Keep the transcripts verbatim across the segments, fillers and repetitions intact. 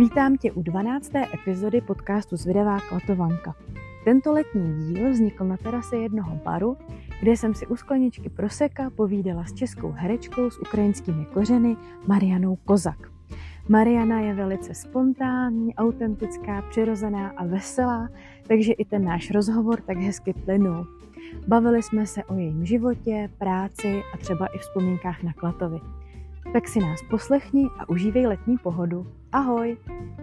Vítám tě u dvanácté epizody podcastu Zvědavá klatovanka. Tento letní díl vznikl na terase jednoho baru, kde jsem si u skleničky proseka povídala s českou herečkou s ukrajinskými kořeny Marianou Kozak. Mariana je velice spontánní, autentická, přirozená a veselá, takže i ten náš rozhovor tak hezky plynul. Bavili jsme se o jejím životě, práci a třeba i vzpomínkách na Klatovy. Tak si nás poslechni a užívej letní pohodu. Ahoj!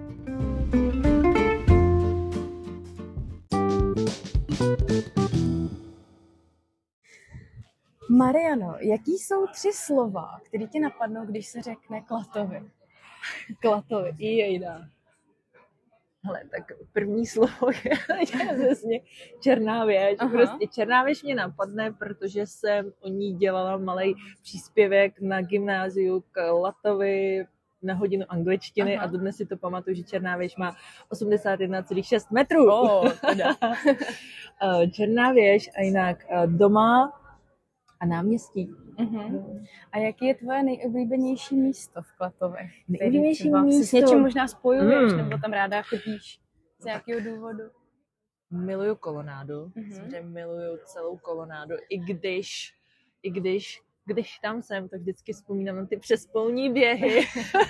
Mariano, jaký jsou tři slova, které ti napadnou, když se řekne Klatovy? Klatovy, jejda. Hele, tak první slovo je, je zesně Černá věž. Aha. Prostě Černá věž mě napadne, protože jsem o ní dělala malej příspěvek na gymnáziu Klatovy na hodinu angličtiny. Aha. A dodnes si to pamatuju, že Černá věž má osmdesát jedna celá šest metrů. Oh, Černá věž a jinak doma a náměstí. Uh-huh. A jaký je tvoje nejoblíbenější místo v Klatovech? Nejoblíbenější místo? S něčím možná spojuješ, mm. nebo tam ráda chodíš z nějakého důvodu? Miluju kolonádu. Uh-huh. Samozřejmě miluju celou kolonádu. I když, i když, když tam jsem, tak vždycky vzpomínám na ty přespolní běhy.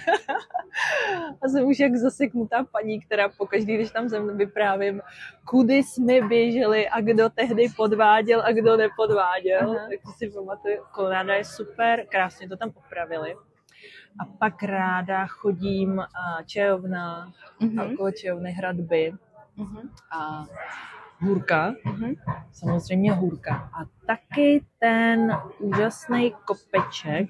A jsem už jak zaseknutá paní, která pokaždý, když tam jsem, vyprávím, kudy jsme běželi a kdo tehdy podváděl a kdo nepodváděl. Uh-huh. Takže si pamatuju, kolonáda je super, krásně to tam opravili. A pak ráda chodím a čajovna, uh-huh. a okolo čajovny hradby uh-huh. a hůrka, uh-huh. samozřejmě hůrka. A taky ten úžasný kopeček,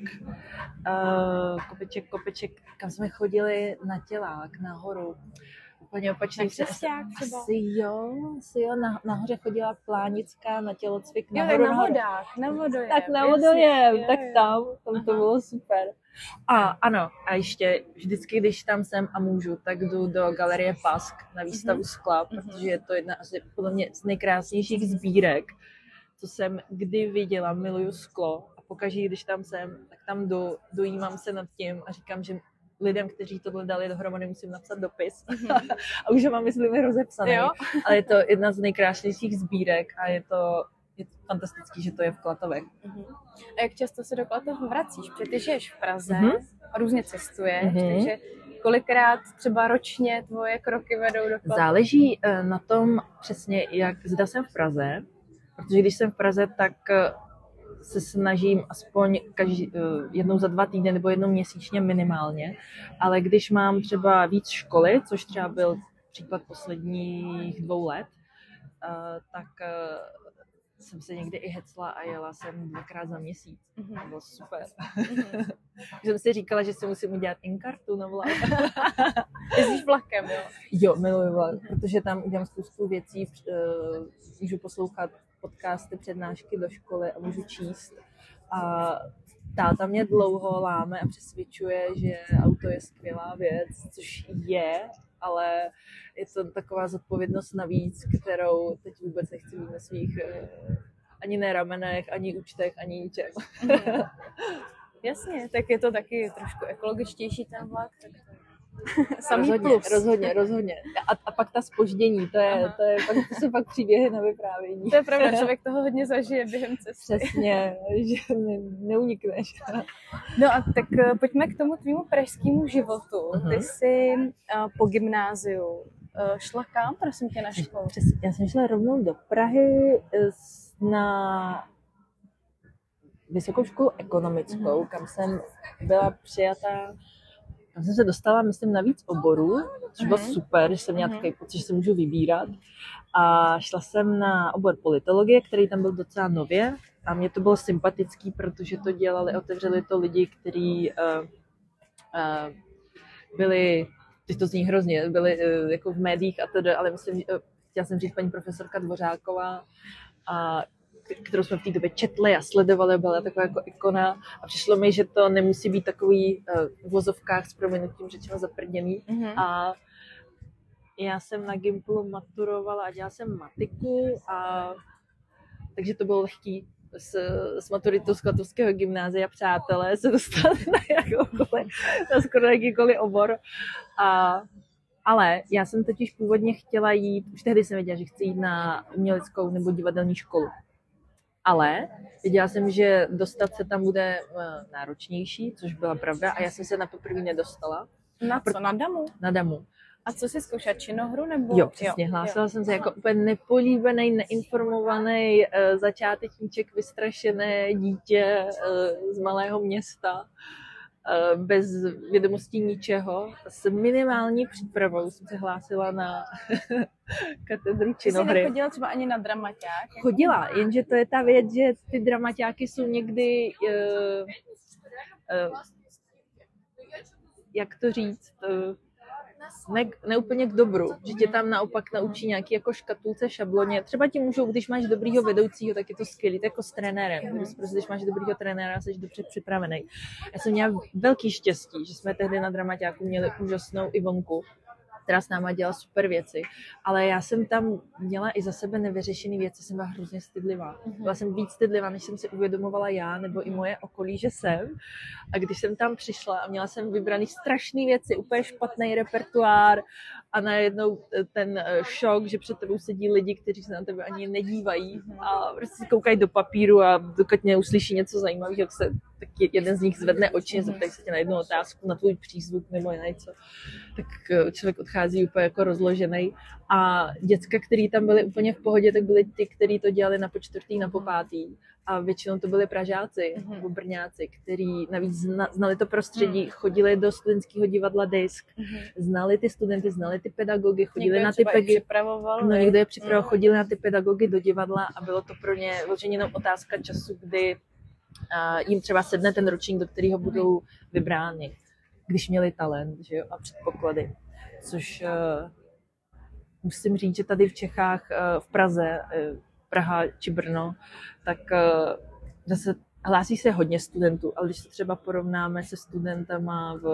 uh, kopeček, kopeček, kam jsme chodili na tělák, nahoru. Úplně opačný. Na křesťák třeba? Asi jo, asi jo. Na, nahoře chodila Plánická na tělocvik. Jo, nahoru, na nahoru. vodách, na vodojem. Tak na vodojem, jo, tak jo. tam, tam to Aha. bylo super. A ano, a ještě vždycky, když tam jsem a můžu, tak jdu do Galerie Pask na výstavu uh-huh. skla, protože je to jedna asi podle mě z nejkrásnějších sbírek, co jsem kdy viděla. Miluju sklo a pokaždé, když tam jsem, tak tam jdu, dojímám se nad tím a říkám, že lidem, kteří tohle dali dohromady, musím napsat dopis. Mm-hmm. A už ho mám, myslím, rozepsaný. Jo? Ale je to jedna z nejkrásnějších sbírek a je to, je to fantastický, že to je v Klatovech. Mm-hmm. A jak často se do Klatov vracíš? Protože ty žiješ v Praze mm-hmm. a různě cestuješ, mm-hmm. takže kolikrát třeba ročně tvoje kroky vedou do Klatov? Záleží na tom přesně, jak zda jsem v Praze, protože když jsem v Praze, tak se snažím aspoň každý, jednou za dva týdny nebo jednou měsíčně minimálně, ale když mám třeba víc školy, což třeba byl příklad posledních dvou let, tak jsem se někdy i hecla a jela jsem dvakrát za měsíc. Mm-hmm. To bylo super. Mm-hmm. Jsem si říkala, že si musím udělat inkartu na vlak. Jezdíš vlakem, jo? Jo, miluji vlak, protože tam udělám spoustu věcí, můžu poslouchat podcasty, přednášky do školy a můžu číst. A táta mě dlouho láme a přesvědčuje, že auto je skvělá věc, což je, ale je to taková zodpovědnost navíc, kterou teď vůbec nechci mít na svých ani ne ramenech, ani účtech, ani ničem. Jasně, tak je to taky trošku ekologičtější ten vlak, tak samý rozhodně, plus. rozhodně, rozhodně. A, a pak ta zpoždění, to, je, to, je, pak, to jsou pak příběhy na vyprávění. To je pravda, člověk toho hodně zažije během cesty. Přesně, že ne, neunikneš. No a tak pojďme k tomu tvému pražskému životu. Uh-huh. Ty jsi uh, po gymnáziu uh, šla kam, prosím tě, na školu? Já jsem šla rovnou do Prahy na vysokou školu ekonomickou, uh-huh. kam jsem byla přijatá. Tam jsem se dostala, myslím, na víc oborů, což bylo uh-huh. super, že jsem měla uh-huh. takový pocit, že se můžu vybírat. A šla jsem na obor politologie, který tam byl docela nově. A mě to bylo sympatický, protože to dělali, otevřeli to lidi, kteří uh, uh, byli, teď to zní hrozně, byli uh, jako v médiích a tedy, ale myslím, uh, chtěla jsem říct paní profesorka Dvořáková, a kterou jsme v té době četli a sledovali, byla taková jako ikona a přišlo mi, že to nemusí být takový uh, v vozovkách s prominutím řečeno zaprděný. Mm-hmm. A já jsem na Gimplu maturovala a dělala jsem matiku, a takže to bylo lehký. S, s maturitou z Klatovského gymnázia přátelé se dostali na jakoukoliv, na skoro jakýkoliv obor. A Ale já jsem totiž původně chtěla jít, už tehdy jsem věděla, že chci jít na uměleckou nebo divadelní školu. Ale věděla jsem, že dostat se tam bude náročnější, což byla pravda, a já jsem se na poprvé nedostala. Na co? Na damu? Na damu. A co jsi zkoušela, činohru nebo? Jo, přesně, hlásila jo. jsem se jako úplně nepolíbený, neinformovaný uh, začátečníček, vystrašené dítě uh, z malého města, uh, bez vědomostí ničeho. S minimální přípravou jsem se hlásila na katedru činohry. Jsi nechodila třeba ani na dramaťák? Chodila, jenže to je ta věc, že ty dramaťáky jsou někdy, uh, uh, jak to říct, uh, Ne, ne úplně k dobru, že tě tam naopak naučí nějaký jako škatulce, šabloně. Třeba ti můžou, když máš dobrýho vedoucího, tak je to skvělý, to jako s trenérem. Prostě, když máš dobrýho trenéra, jsi dobře připravený. Já jsem měla velký štěstí, že jsme tehdy na dramaťáku měli úžasnou Ivonku, která s náma dělala super věci, ale já jsem tam měla i za sebe nevyřešené věci, jsem byla hrozně stydlivá. Byla jsem víc stydlivá, než jsem si uvědomovala já nebo i moje okolí, že jsem. A když jsem tam přišla a měla jsem vybraný strašné věci, úplně špatný repertoár a najednou ten šok, že před tebou sedí lidi, kteří se na tebe ani nedívají a prostě si koukají do papíru a dokud neuslyší něco zajímavého, tak se tak jeden z nich zvedne oči, zeptají se tě na jednu otázku, na tvůj přízvuk nebo na něco. Tak člověk odchází úplně jako rozložený. A děcka, který tam byly úplně v pohodě, tak byly ty, kteří to dělali na počtvrtý, na popátý. A většinou to byli Pražáci mm-hmm. nebo Brňáci, kteří navíc zna, znali to prostředí, mm. chodili do studentského divadla Disk, mm-hmm. znali ty studenty, znali ty pedagogy, chodili někdo na ty pedagogy. No, někdo je připravoval, mm. chodili na ty pedagogy do divadla a bylo to pro ně vlastně jenom otázka času, kdy uh, jim třeba sedne ten ročník, do kterého budou vybráni, když měli talent, že jo, a předpoklady. Což uh, musím říct, že tady v Čechách, uh, v Praze, uh, Praha či Brno, tak uh, zase hlásí se hodně studentů, ale když se třeba porovnáme se studentama v,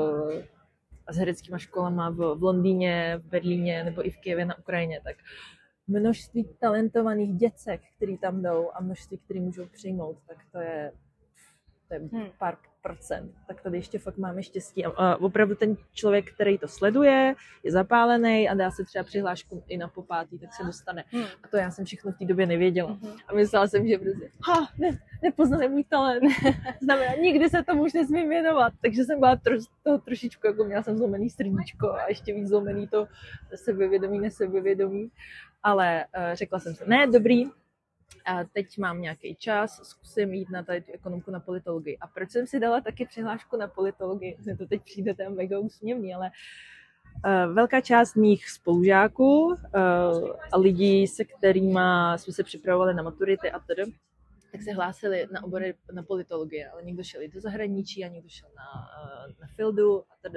s hereckýma školama v, v Londýně, v Berlíně nebo i v Kyjevě na Ukrajině, tak množství talentovaných děcek, který tam jdou a množství, který můžou přijmout, tak to je, to je hmm. pár procent. Tak tady ještě fakt máme štěstí. A, a opravdu ten člověk, který to sleduje, je zapálený a dá se třeba přihlášku i na popátý, tak se dostane. Hmm. A to já jsem všechno v té době nevěděla. Hmm. A myslela jsem, že prostě, ha, ne, nepoznali můj talent. Znamená, nikdy se tomu už nesmím věnovat. Takže jsem byla tro, toho trošičku, jako měla jsem zlomený srdíčko a ještě víc zlomený to sebevědomí, nesebevědomí. Ale uh, řekla jsem si, ne, dobrý, a teď mám nějaký čas, zkusím jít na tady tu ekonomku na politologii. A proč jsem si dala taky přihlášku na politologii? Mně to teď přijde tam mega úsměvný, ale uh, velká část mých spolužáků uh, a lidí, se kterými jsme se připravovali na maturity a tedy, tak se hlásili na obory na politologii, ale někdo šel i do zahraničí a někdo šel na, uh, na Fildu a tedy.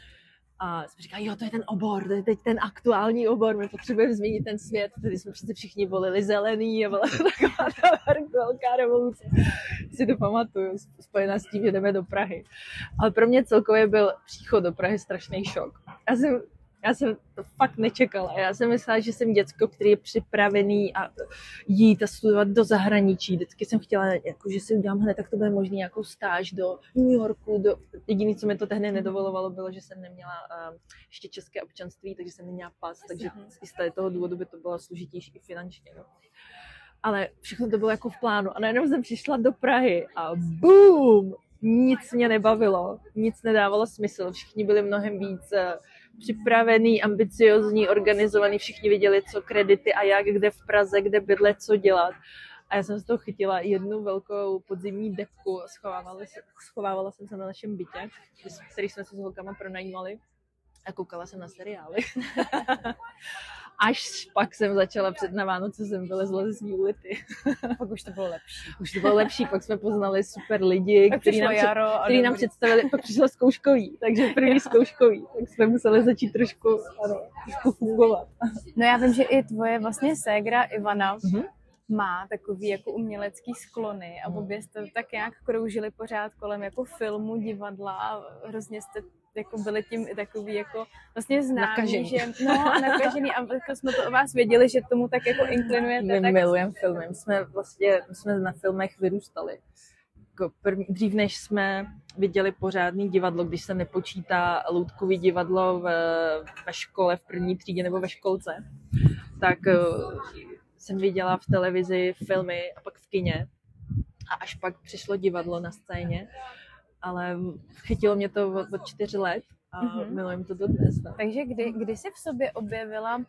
A jsme říkali, jo, to je ten obor, to je teď ten aktuální obor, my potřebujeme změnit ten svět. Tady jsme přece všichni volili zelený a byla taková velká revoluce. Si to pamatuju, spojená s tím, že jdeme do Prahy. Ale pro mě celkově byl příchod do Prahy strašný šok. Já jsem, já jsem to fakt nečekala. Já jsem myslela, že jsem děcko, který je připravený a jít a studovat do zahraničí. Vždycky jsem chtěla, jako, že si udělám hned, tak to bude možný nějakou stáž do New Yorku. Do... Jediné, co mi to tehdy nedovolovalo, bylo, že jsem neměla uh, ještě české občanství, takže jsem neměla pas, takže i z toho důvodu by to bylo složitější i finančně. No. Ale všechno to bylo jako v plánu. A najednou jsem přišla do Prahy a boom! Nic mě nebavilo, nic nedávalo smysl. Všichni byli mnohem víc připravený, ambiciozní, organizovaný, všichni věděli, co kredity a jak, kde v Praze, kde bydlet, co dělat. A já jsem z toho chytila jednu velkou podzimní depku, schovávala, se, schovávala jsem se na našem bytě, který jsme se s holkama pronajímali a koukala jsem na seriály. Až pak jsem začala před na Vánoce, jsem vylezla ze svý ulity. Pak už to bylo lepší. Už to bylo lepší, pak jsme poznali super lidi, kteří nám, před, který nám představili, pak přišlo zkouškový, takže první zkouškový, tak jsme museli začít trošku, ano, trošku fungovat. No já vím, že i tvoje vlastně ségra Ivana mm-hmm. má takový jako umělecký sklony a obě jste tak nějak kroužili pořád kolem jako filmu, divadla a hrozně jste jako byli tím i takový jako vlastně známí, že no a nakažený a jako jsme to o vás věděli, že tomu tak jako inklinujete. My tak... milujeme filmy, my jsme vlastně my jsme na filmech vyrůstali. první, dřív než jsme viděli pořádný divadlo, když se nepočítá loutkový divadlo v, ve škole, v první třídě nebo ve školce, tak jsem viděla v televizi filmy a pak v kině a až pak přišlo divadlo na scéně, ale chytilo mě to od, od čtyř let a mm-hmm. milujem to dodnes. No. Takže kdy, kdy jsi v sobě objevila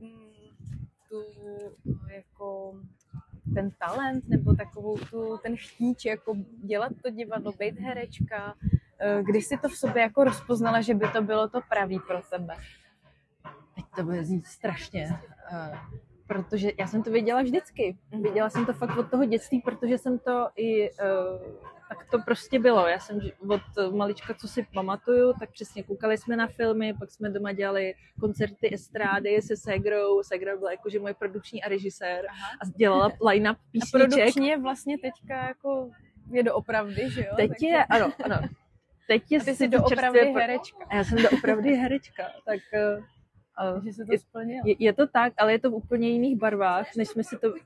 tu jako ten talent nebo takovou tu, ten chtíč jako dělat to divadlo, být herečka, kdy jsi to v sobě jako rozpoznala, že by to bylo to pravý pro tebe? Teď to bude znít strašně, uh, protože já jsem to věděla vždycky. Věděla jsem to fakt od toho dětství, protože jsem to i, uh, tak to prostě bylo. Já jsem od malička, co si pamatuju, tak přesně koukali jsme na filmy, pak jsme doma dělali koncerty estrády se ségrou. Ségra byla jakože moje produkční a režisér. Aha. A dělala line-up písniček. A produkční je vlastně teďka jako je doopravdy, že jo? Teď takže... je, ano, ano. Teď je a ty jsi doopravdy čerstvě... herečka. A já jsem doopravdy herečka, tak... Uh, že se to splnilo. Je, je to tak, ale je to v úplně jiných barvách, než jsme si to...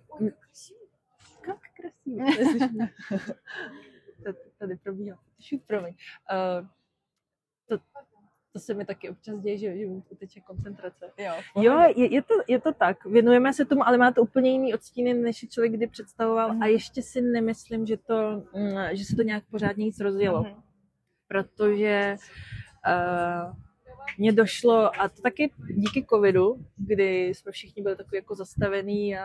Jak krásně. Tady probíhá. Šup, promiň. Uh, to, to se mi taky občas děje, že, že uteče koncentrace. Jo, jo je, je, to, je to tak. Věnujeme se tomu, ale má to úplně jiný odstíny, než si člověk kdy představoval. Mm. A ještě si nemyslím, že, to, že se to nějak pořádně nic rozjelo. Mm. Protože... Uh, mně došlo, a to taky díky covidu, kdy jsme všichni byli takový jako zastavený a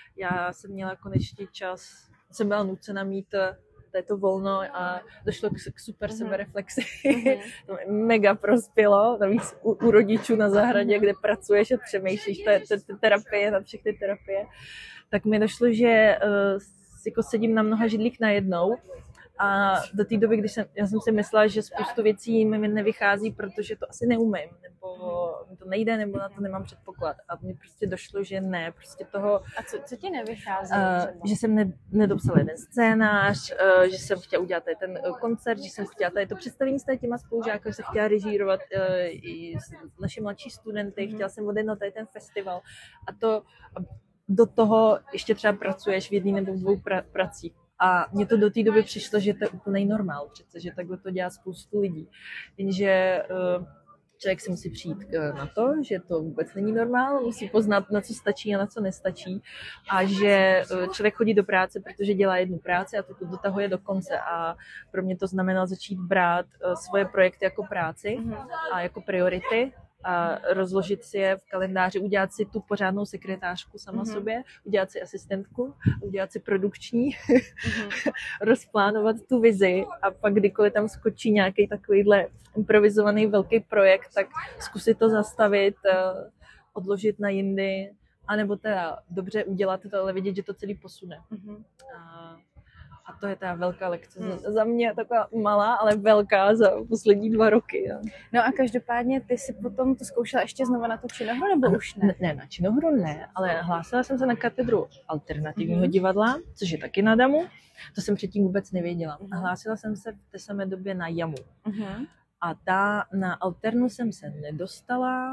já jsem měla konečně čas, jsem byla nucena mít této volno a došlo k, k super mm-hmm. sebereflexi. Mm-hmm. To mě mega prospělo, navíc u, u rodičů na zahradě, mm-hmm. kde pracuješ a přemýšlíš, to je, to je terapie, na všechny terapie. Tak mi došlo, že uh, jako sedím na mnoha židlích najednou. A do té doby, když jsem, já jsem si myslela, že spoustu věcí mi nevychází, protože to asi neumím, nebo mi to nejde, nebo na to nemám předpoklad. A mně prostě došlo, že ne, prostě toho... A co, co ti nevychází? Uh, že jsem ne, nedopsala jeden scénář, uh, že jsem chtěla udělat tady ten koncert, že jsem chtěla tady to představení s tady těma spolužáky, že jsem chtěla režírovat uh, i naše mladší studenty, mm-hmm. chtěla jsem odjednat tady ten festival. A to do toho ještě třeba pracuješ v jedné nebo v dvou pra, pracích. A mně to do té doby přišlo, že to je úplný normál přece, že takhle to dělá spoustu lidí. Jenže uh, člověk si musí přijít na to, že to vůbec není normál, musí poznat, na co stačí a na co nestačí. A že uh, člověk chodí do práce, protože dělá jednu práci a to, to dotahuje do konce. A pro mě to znamenalo začít brát uh, svoje projekty jako práci mm-hmm. a jako priority. A rozložit si je v kalendáři, udělat si tu pořádnou sekretářku sama mm-hmm. sobě, udělat si asistentku, udělat si produkční, mm-hmm. rozplánovat tu vizi a pak kdykoliv tam skočí nějaký takovýhle improvizovaný velký projekt, tak zkusit to zastavit, odložit na jindy, anebo teda dobře udělat to, ale vidět, že to celý posune. Mm-hmm. A A to je ta velká lekce. Hmm. Za mě taková malá, ale velká za poslední dva roky. Ja. No a každopádně ty si potom to zkoušela ještě znova na tu činohru, nebo už ne? Ne, na činohru ne, ale hlásila jsem se na katedru alternativního hmm. divadla, což je taky na Damu. To jsem předtím vůbec nevěděla. Hmm. A hlásila jsem se v té samé době na Jamu. Hmm. A ta, na alternu jsem se nedostala,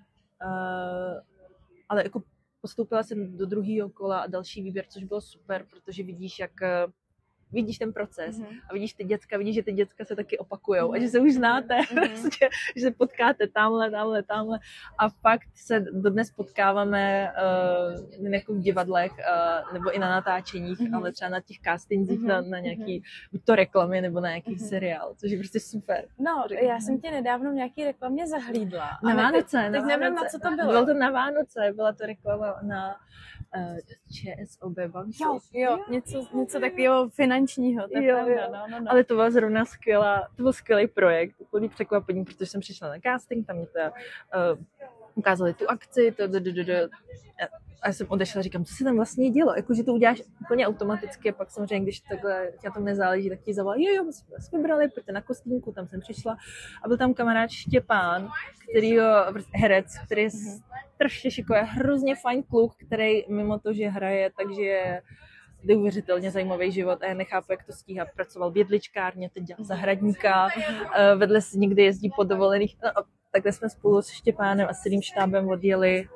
uh, ale jako postoupila jsem do druhého kola a další výběr, což bylo super, protože vidíš, jak vidíš ten proces mm-hmm. a vidíš ty děcka, vidíš, že ty děcka se taky opakujou mm-hmm. a že se už znáte, mm-hmm. že se potkáte tamhle, tamhle, tamhle a fakt se dodnes potkáváme uh, jako v divadlech uh, nebo i na natáčeních, mm-hmm. ale třeba na těch castingích mm-hmm. na, na nějaký, buď to reklamy nebo na nějaký mm-hmm. seriál, což je prostě super. No, já jsem tě nedávno v nějaký reklamě zahlídla. Na Vánoce, teď, na teď nevím, na co to bylo. Bylo to na Vánoce, byla to reklama na uh, ČSOB banku. Jo, jo, něco, něco takového finančního, to je jo, pravda, jo. No, no, no. Ale to byla zrovna skvělá, to byl skvělý projekt, úplný překvapení, protože jsem přišla na casting, tam mě to uh, ukázali tu akci, to, to, to, to, to, a já jsem odešla, říkám, co se tam vlastně dělo, jakože to uděláš úplně automaticky a pak samozřejmě, když takhle na tom nezáleží, tak ti zavolá, jo, jo, my jsme vás vybrali, pojďte na kostýmku, tam jsem přišla a byl tam kamarád Štěpán, který herec, který je strašně šikový, hrozně fajn kluk, který mimo to, že hraje, takže je neuvěřitelně zajímavý život a já nechápu, jak to stíhá. Pracoval v jedličkárně, teď dělá zahradníka, vedle si někdy jezdí po dovolených. No, takhle jsme spolu s Štěpánem a s celým štábem odjeli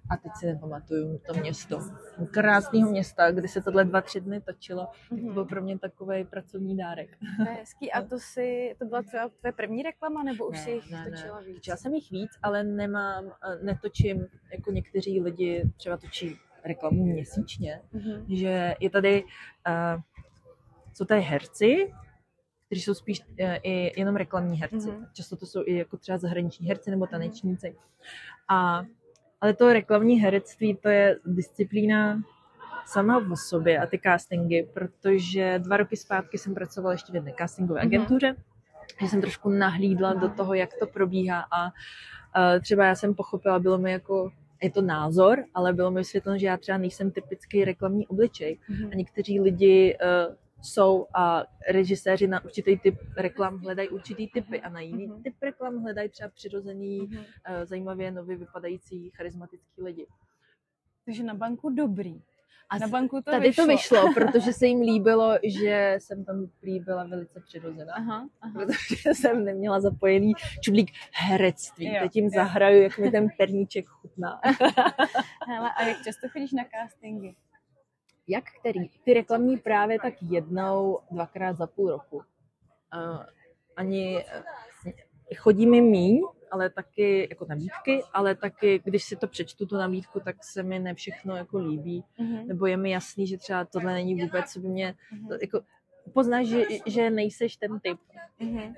A teď si nepamatuju to město. Krásného města, kde se tohle dva, tři dny točilo. Tak to byl pro mě takový pracovní dárek. To je hezký. A to si, to byla třeba tvoje první reklama, nebo už Ne, si jich ne, točila ne. víc? Točila jsem jich víc, ale nemám, netočím, jako někteří lidi třeba točí reklamu měsíčně, Mhm. že je tady, uh, jsou tady herci, kteří jsou spíš uh, i jenom reklamní herci. Mhm. Často to jsou i jako třeba zahraniční herci nebo tanečníci. A, ale to reklamní herectví, to je disciplína sama o sobě a ty castingy, protože dva roky zpátky jsem pracovala ještě v jedné castingové Mhm. agentuře, že jsem trošku nahlídla do toho, jak to probíhá a uh, třeba já jsem pochopila, bylo mi jako, je to názor, ale bylo mi vysvětleno, že já třeba nejsem typický reklamní obličej Mhm. a někteří lidi uh, jsou a režiséři na určitý typ reklam hledají určitý typy a na jiný Mhm. typ reklam hledají třeba přirozený, Mhm. uh, zajímavě nově vypadající charismatický lidi. Takže na banku dobrý. A Na banku to tady vyšlo. to vyšlo, protože se jim líbilo, že jsem tam prý byla velice přirozená. Aha, aha. Protože jsem neměla zapojený čublík herectví. Jo, Teď jim jo. zahraju, jak mi ten perníček chutná. Hele, a jak často chodíš na castingy? Jak který? Ty reklamní právě tak jednou, dvakrát za půl roku. Uh, ani uh, chodí mi míň, ale taky jako nabídky, ale taky, když si to přečtu, tu nabídku, tak se mi ne všechno jako líbí. Mhm. Nebo je mi jasný, že třeba tohle není vůbec, co by mě, Mhm. to, jako, poznáš, že, že nejseš ten typ. Mhm.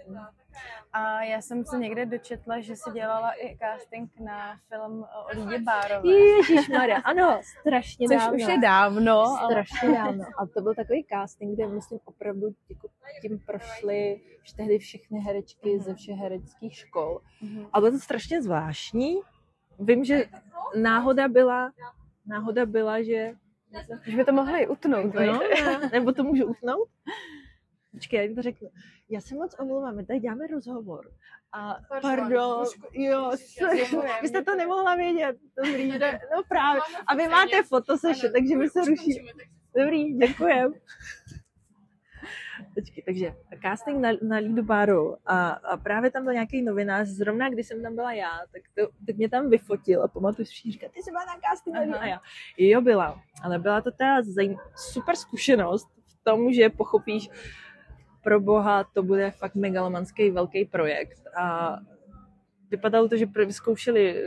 A já jsem se někde dočetla, že jsi dělala i casting na film o Lídě Bárové. Ježišmarja, ano, strašně Což dávno. už je dávno, ale... Strašně dávno. A to byl takový casting, kde myslím opravdu jako tím prošly už tehdy všechny herečky ze všech hereckých škol. Mhm. A bylo to strašně zvláštní. Vím, že náhoda byla, náhoda byla, že... Už by to mohli utnout, No, ne, nebo to můžu utnout? Počkej, já jim to řeknu. Já se moc omlouvám, my tady děláme rozhovor. A pardon, jo, vy jste to nemohla vědět. Dobrý, no, no právě. A vy máte fotosession, takže mi se ruší. Dobrý, děkujem. Počkej, takže casting na, na Lídu Bárovou a, a právě tam byl nějaký novinář, zrovna když jsem tam byla já, tak, to, tak mě tam vyfotil a pamatuju si, říká, ty jsi byla na casting na a já. Jo, byla, ale byla to teda zajím, super zkušenost v tom, že pochopíš, pro boha, to bude fakt megalomanský velký projekt a vypadalo to, že vyzkoušeli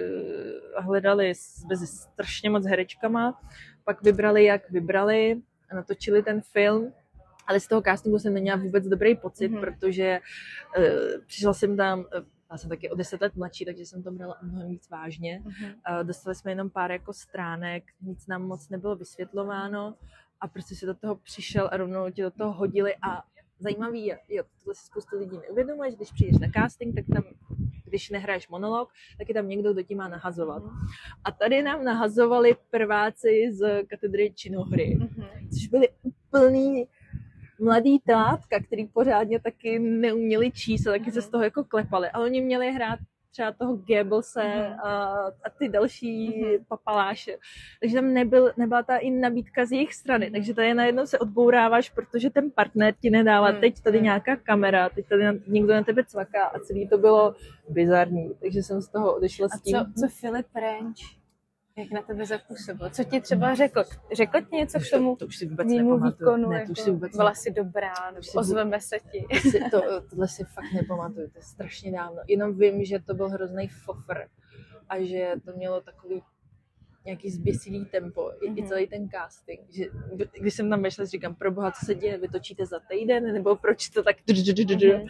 a hledali mezi strašně moc herečkama, pak vybrali, jak vybrali a natočili ten film. Ale z toho castingu jsem neměla vůbec dobrý pocit, mm-hmm. protože uh, přišla jsem tam, uh, já jsem taky o deset let mladší, takže jsem to brala mnohem víc vážně. Mm-hmm. Uh, dostali jsme jenom pár jako stránek, nic nám moc nebylo vysvětlováno a prostě si do toho přišel a rovnou tě do toho hodili a zajímavý je, jo, tohle si spoustu lidí neuvědomuje, že když přijdeš na casting, tak tam, když nehraješ monolog, tak je tam někdo, kdo ti má nahazovat. Mm-hmm. A tady nám nahazovali prváci z katedry činohry, mm-hmm. což byli úplný mladý telátka, který pořádně taky neuměli číst a taky se z toho jako klepali. A oni měli hrát třeba toho Goebbelse mm-hmm. a, a ty další mm-hmm. papaláše. Takže tam nebyl, nebyla ta i nabídka z jejich strany. Mm-hmm. Takže tady najednou se odbouráváš, protože ten partner ti nedává. Mm-hmm. Teď tady nějaká kamera, teď tady někdo na tebe cvaká a celý to bylo bizarní. Takže jsem z toho odešla s tím. A co, co Filip Renč? Jak na tebe zapůsobil? Co ti třeba řekl? Řekl ti něco k tomu to, to už si vůbec mému výkonu? Ne, jako to už si vůbec byla si dobrá, nebo si ozveme se ti. To si, to, tohle si fakt nepamatuju, to je strašně dávno. Jenom vím, že to byl hrozný fofr a že to mělo takový nějaký zběsilý tempo, mm-hmm. i celý ten casting. Že, když jsem tam vešla, říkám, pro boha, co se děje, vy točíte za týden, nebo proč to tak... Mm-hmm.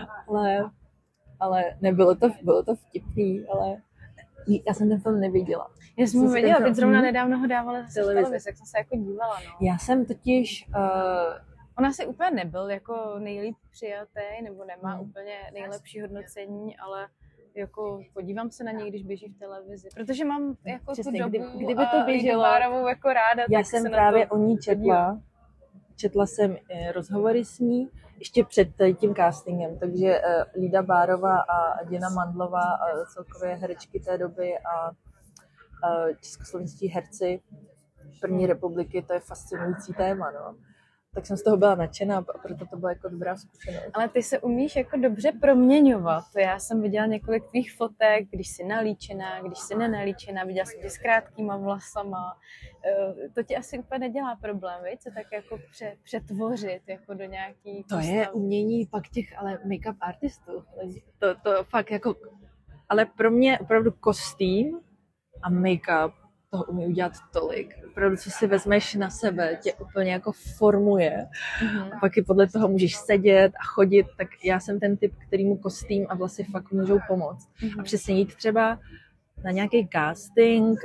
Ale, ale nebylo to, bylo to vtipný, ale já jsem ten film neviděla. Já jsem ho viděla, teď zrovna nedávno ho dávala zase v televizi, jak jsem se jako dívala. No. Já jsem totiž... Uh, Ona si úplně nebyl jako nejlíp přijatý, nebo nemá hmm. úplně nejlepší hodnocení, ale jako podívám se na něj, když běží v televizi. Protože mám jako Přesně, tu dobu kdy, kdyby to běželo, Bárovou jako ráda. Já jsem právě o ní četla. Četla jsem rozhovory s ní ještě před tím castingem, takže uh, Lída Bárová a Dina Mandlová a celkově herečky té doby a uh, českoslovenští herci první republiky, to je fascinující téma, no. tak jsem z toho byla nadšená a proto to byla jako dobrá zkušenost. Ale ty se umíš jako dobře proměňovat. Já jsem viděla několik tvých fotek, když jsi nalíčená, když jsi nenalíčená, viděla jsem tě s krátkýma vlasama. To ti asi úplně nedělá problém, viď? Se tak jako pře, přetvořit jako do nějaký To postavy. je umění pak těch ale make-up artistů. To, to fakt jako... Ale pro mě opravdu kostým a make-up toho umí udělat tolik. Opravdu, co si vezmeš na sebe, tě úplně jako formuje. Mm-hmm. A pak i podle toho můžeš sedět a chodit, tak já jsem ten typ, kterýmu kostým a vlasy fakt můžou pomoct. Mm-hmm. A přesně jít třeba na nějaký casting,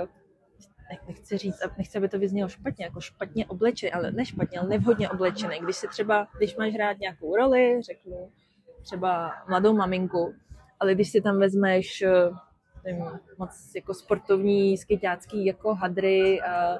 nechci říct, nechci, aby to vyznělo špatně, jako špatně oblečený, ale ne špatně, ale nevhodně oblečený. Když si třeba, když máš hrát nějakou roli, řeknu třeba mladou maminku, ale když si tam vezmeš nevím, moc jako sportovní, skyťácký jako hadry a, a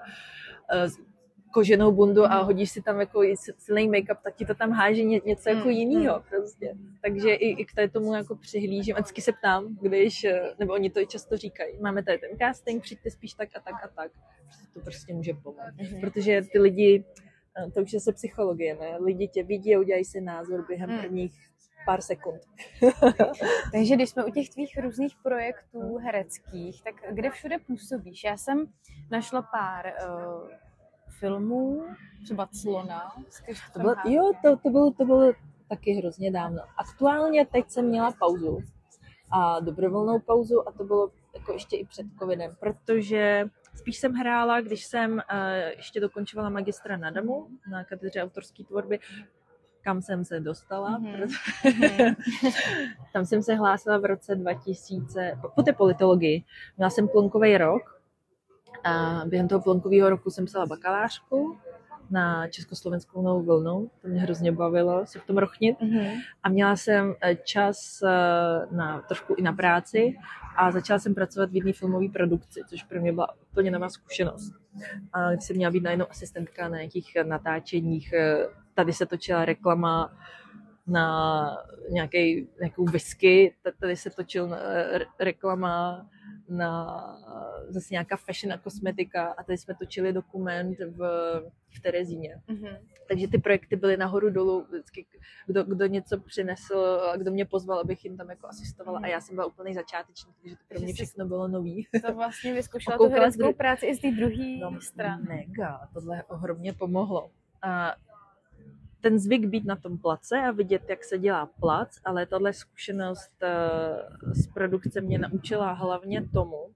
koženou bundu a hodíš si tam jako silný make-up, tak ti to tam háží ně, něco jako jinýho prostě. Takže i, i k tomu jako přihlížím. A vždycky se ptám, když, nebo oni to i často říkají, máme tady ten casting, přijďte spíš tak a tak a tak. To prostě může pomoct. Mm-hmm. Protože ty lidi, to už je se psychologie, ne? Lidi tě vidí a udělají si názor během mm. prvních pár sekund. Takže když jsme u těch tvých různých projektů hereckých, tak kde všude působíš? Já jsem našla pár uh, filmů, třeba Clona. To bylo, jo, to, to, bylo, to bylo taky hrozně dávno. Aktuálně teď jsem měla pauzu a dobrovolnou pauzu a to bylo jako ještě i před covidem, protože spíš jsem hrála, když jsem uh, ještě dokončovala magistra na DAMu, na katedře autorské tvorby, kam jsem se dostala. Mm-hmm. Tam jsem se hlásila v roce dva tisíce, po té politologii. Měla jsem plonkový rok a během toho plonkového roku jsem psala bakalářku na Československou novou vlnu. To mě hrozně bavilo se v tom rochnit. Mm-hmm. A měla jsem čas na, trošku i na práci a začala jsem pracovat v jedné filmové produkci, což pro mě byla úplně nová zkušenost. A když jsem měla být najednou asistentka na nějakých natáčeních. Tady se točila reklama na nějaký, nějakou whisky, tady se točila reklama na zase nějaká fashion a kosmetika a tady jsme točili dokument v, v Terezíně. Mm-hmm. Takže ty projekty byly nahoru dolů, vždycky kdo, kdo něco přinesl a kdo mě pozval, abych jim tam jako asistovala mm-hmm. a já jsem byla úplný začátečník, takže to pro mě všechno bylo nový. To vlastně vyzkoušela tu hereckou práci i z té druhé no, strany. Mega, tohle ohromně pomohlo. A ten zvyk být na tom place a vidět, jak se dělá plac, ale tahle zkušenost z produkce mě naučila hlavně tomu,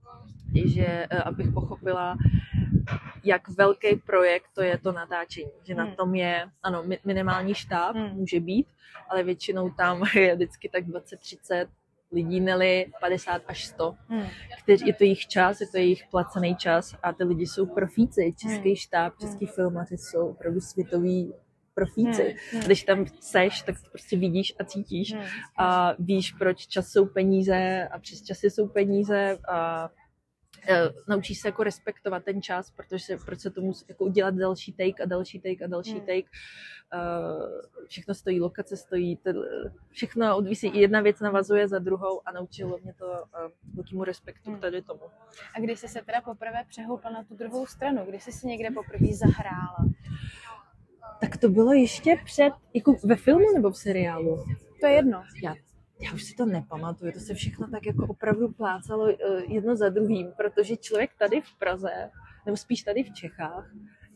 že abych pochopila, jak velký projekt to je to natáčení. Že na tom je, ano, minimální štáb hmm. může být, ale většinou tam je vždycky tak dvacet třicet lidí, neli padesát až sto. Hmm. Kteří, je to jejich čas, je to jejich placený čas a ty lidi jsou profíci. Český hmm. štáb, český hmm. filmaři jsou opravdu světoví profíci. Hmm, hmm. Když tam seš, tak to prostě vidíš a cítíš hmm, a víš, proč čas jsou peníze a přes časy jsou peníze a e, naučíš se jako respektovat ten čas, protože se, proč se tomu jako udělat další take a další take a další hmm. take. E, všechno stojí, lokace stojí, t, všechno odvisí. Jedna věc navazuje za druhou a naučilo mě to e, velkému respektu hmm. tady tomu. A když jsi se teda poprvé přehoupla na tu druhou stranu, když jsi si někde poprvé zahrála? Tak to bylo ještě před, jako ve filmu nebo v seriálu? To je jedno. Já, já už si to nepamatuju, to se všechno tak jako opravdu plácalo jedno za druhým, protože člověk tady v Praze, nebo spíš tady v Čechách,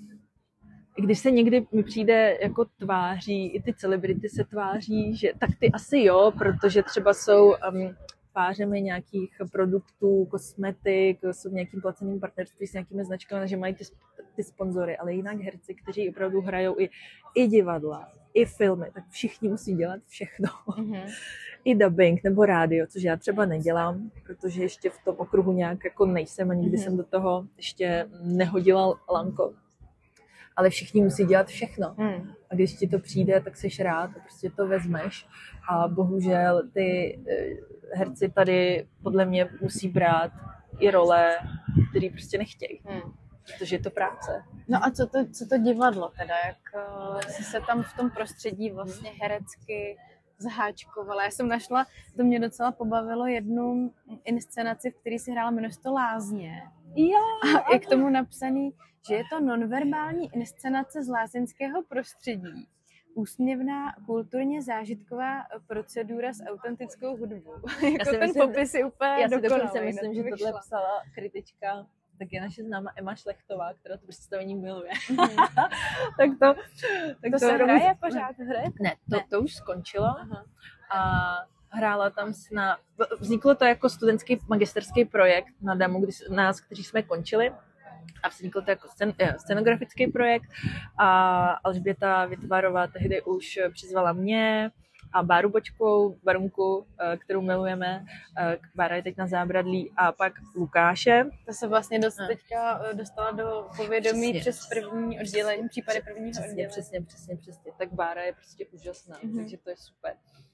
když se někdy mi přijde jako tváří, i ty celebrity se tváří, že tak ty asi jo, protože třeba jsou um, tvářemi nějakých produktů, kosmetik, jsou nějakým placeným partnerství s nějakými značkami, že mají ty, ty sponzory, ale jinak herci, kteří opravdu hrajou i, i divadla, i filmy, tak všichni musí dělat všechno. Mm-hmm. I dubbing nebo rádio, což já třeba nedělám, protože ještě v tom okruhu nějak jako nejsem a nikdy mm-hmm. jsem do toho ještě nehodila lanko. Ale všichni musí dělat všechno. Mm. A když ti to přijde, tak jsi rád a prostě to vezmeš. A bohužel ty herci tady podle mě musí brát i role, které prostě nechtějí. Mm. Protože je to práce. No a co to, co to divadlo teda? Jak uh, jsi se tam v tom prostředí vlastně herecky zaháčkovala? Já jsem našla, to mě docela pobavilo, jednu inscenaci, v které si hrála, jmenuje se to Lázně. Jo. A je k tomu napsaný, že je to nonverbální inscenace z lázeňského prostředí. Úsměvná, kulturně zážitková procedura s autentickou hudbou. Jako ten myslím, popis je úplně já si dokonalý. dokonce myslím, že tohle psala kritička, tak je naše známa Emma Šlechtová, která to představení miluje. Mm-hmm. tak to, tak to, to se hraje rovný... pořád hraje? Ne, to, ne. to už skončilo. Aha. A hrála tam na... Vzniklo to jako studentský magisterský projekt na demo, kdy nás, kteří jsme končili. A vznikl to jako scén, scenografický projekt a Alžběta Vytvarová tehdy už přizvala mě a Báru Bočkovou, Barunku, kterou milujeme, Bára je teď na zábradlí, a pak Lukáše. To se vlastně dost teďka dostala do povědomí přesně, přes první oddělení, případy prvního přesně, oddělení. Přesně, přesně, přesně. Tak Bára je prostě úžasná, mm-hmm. takže to je super.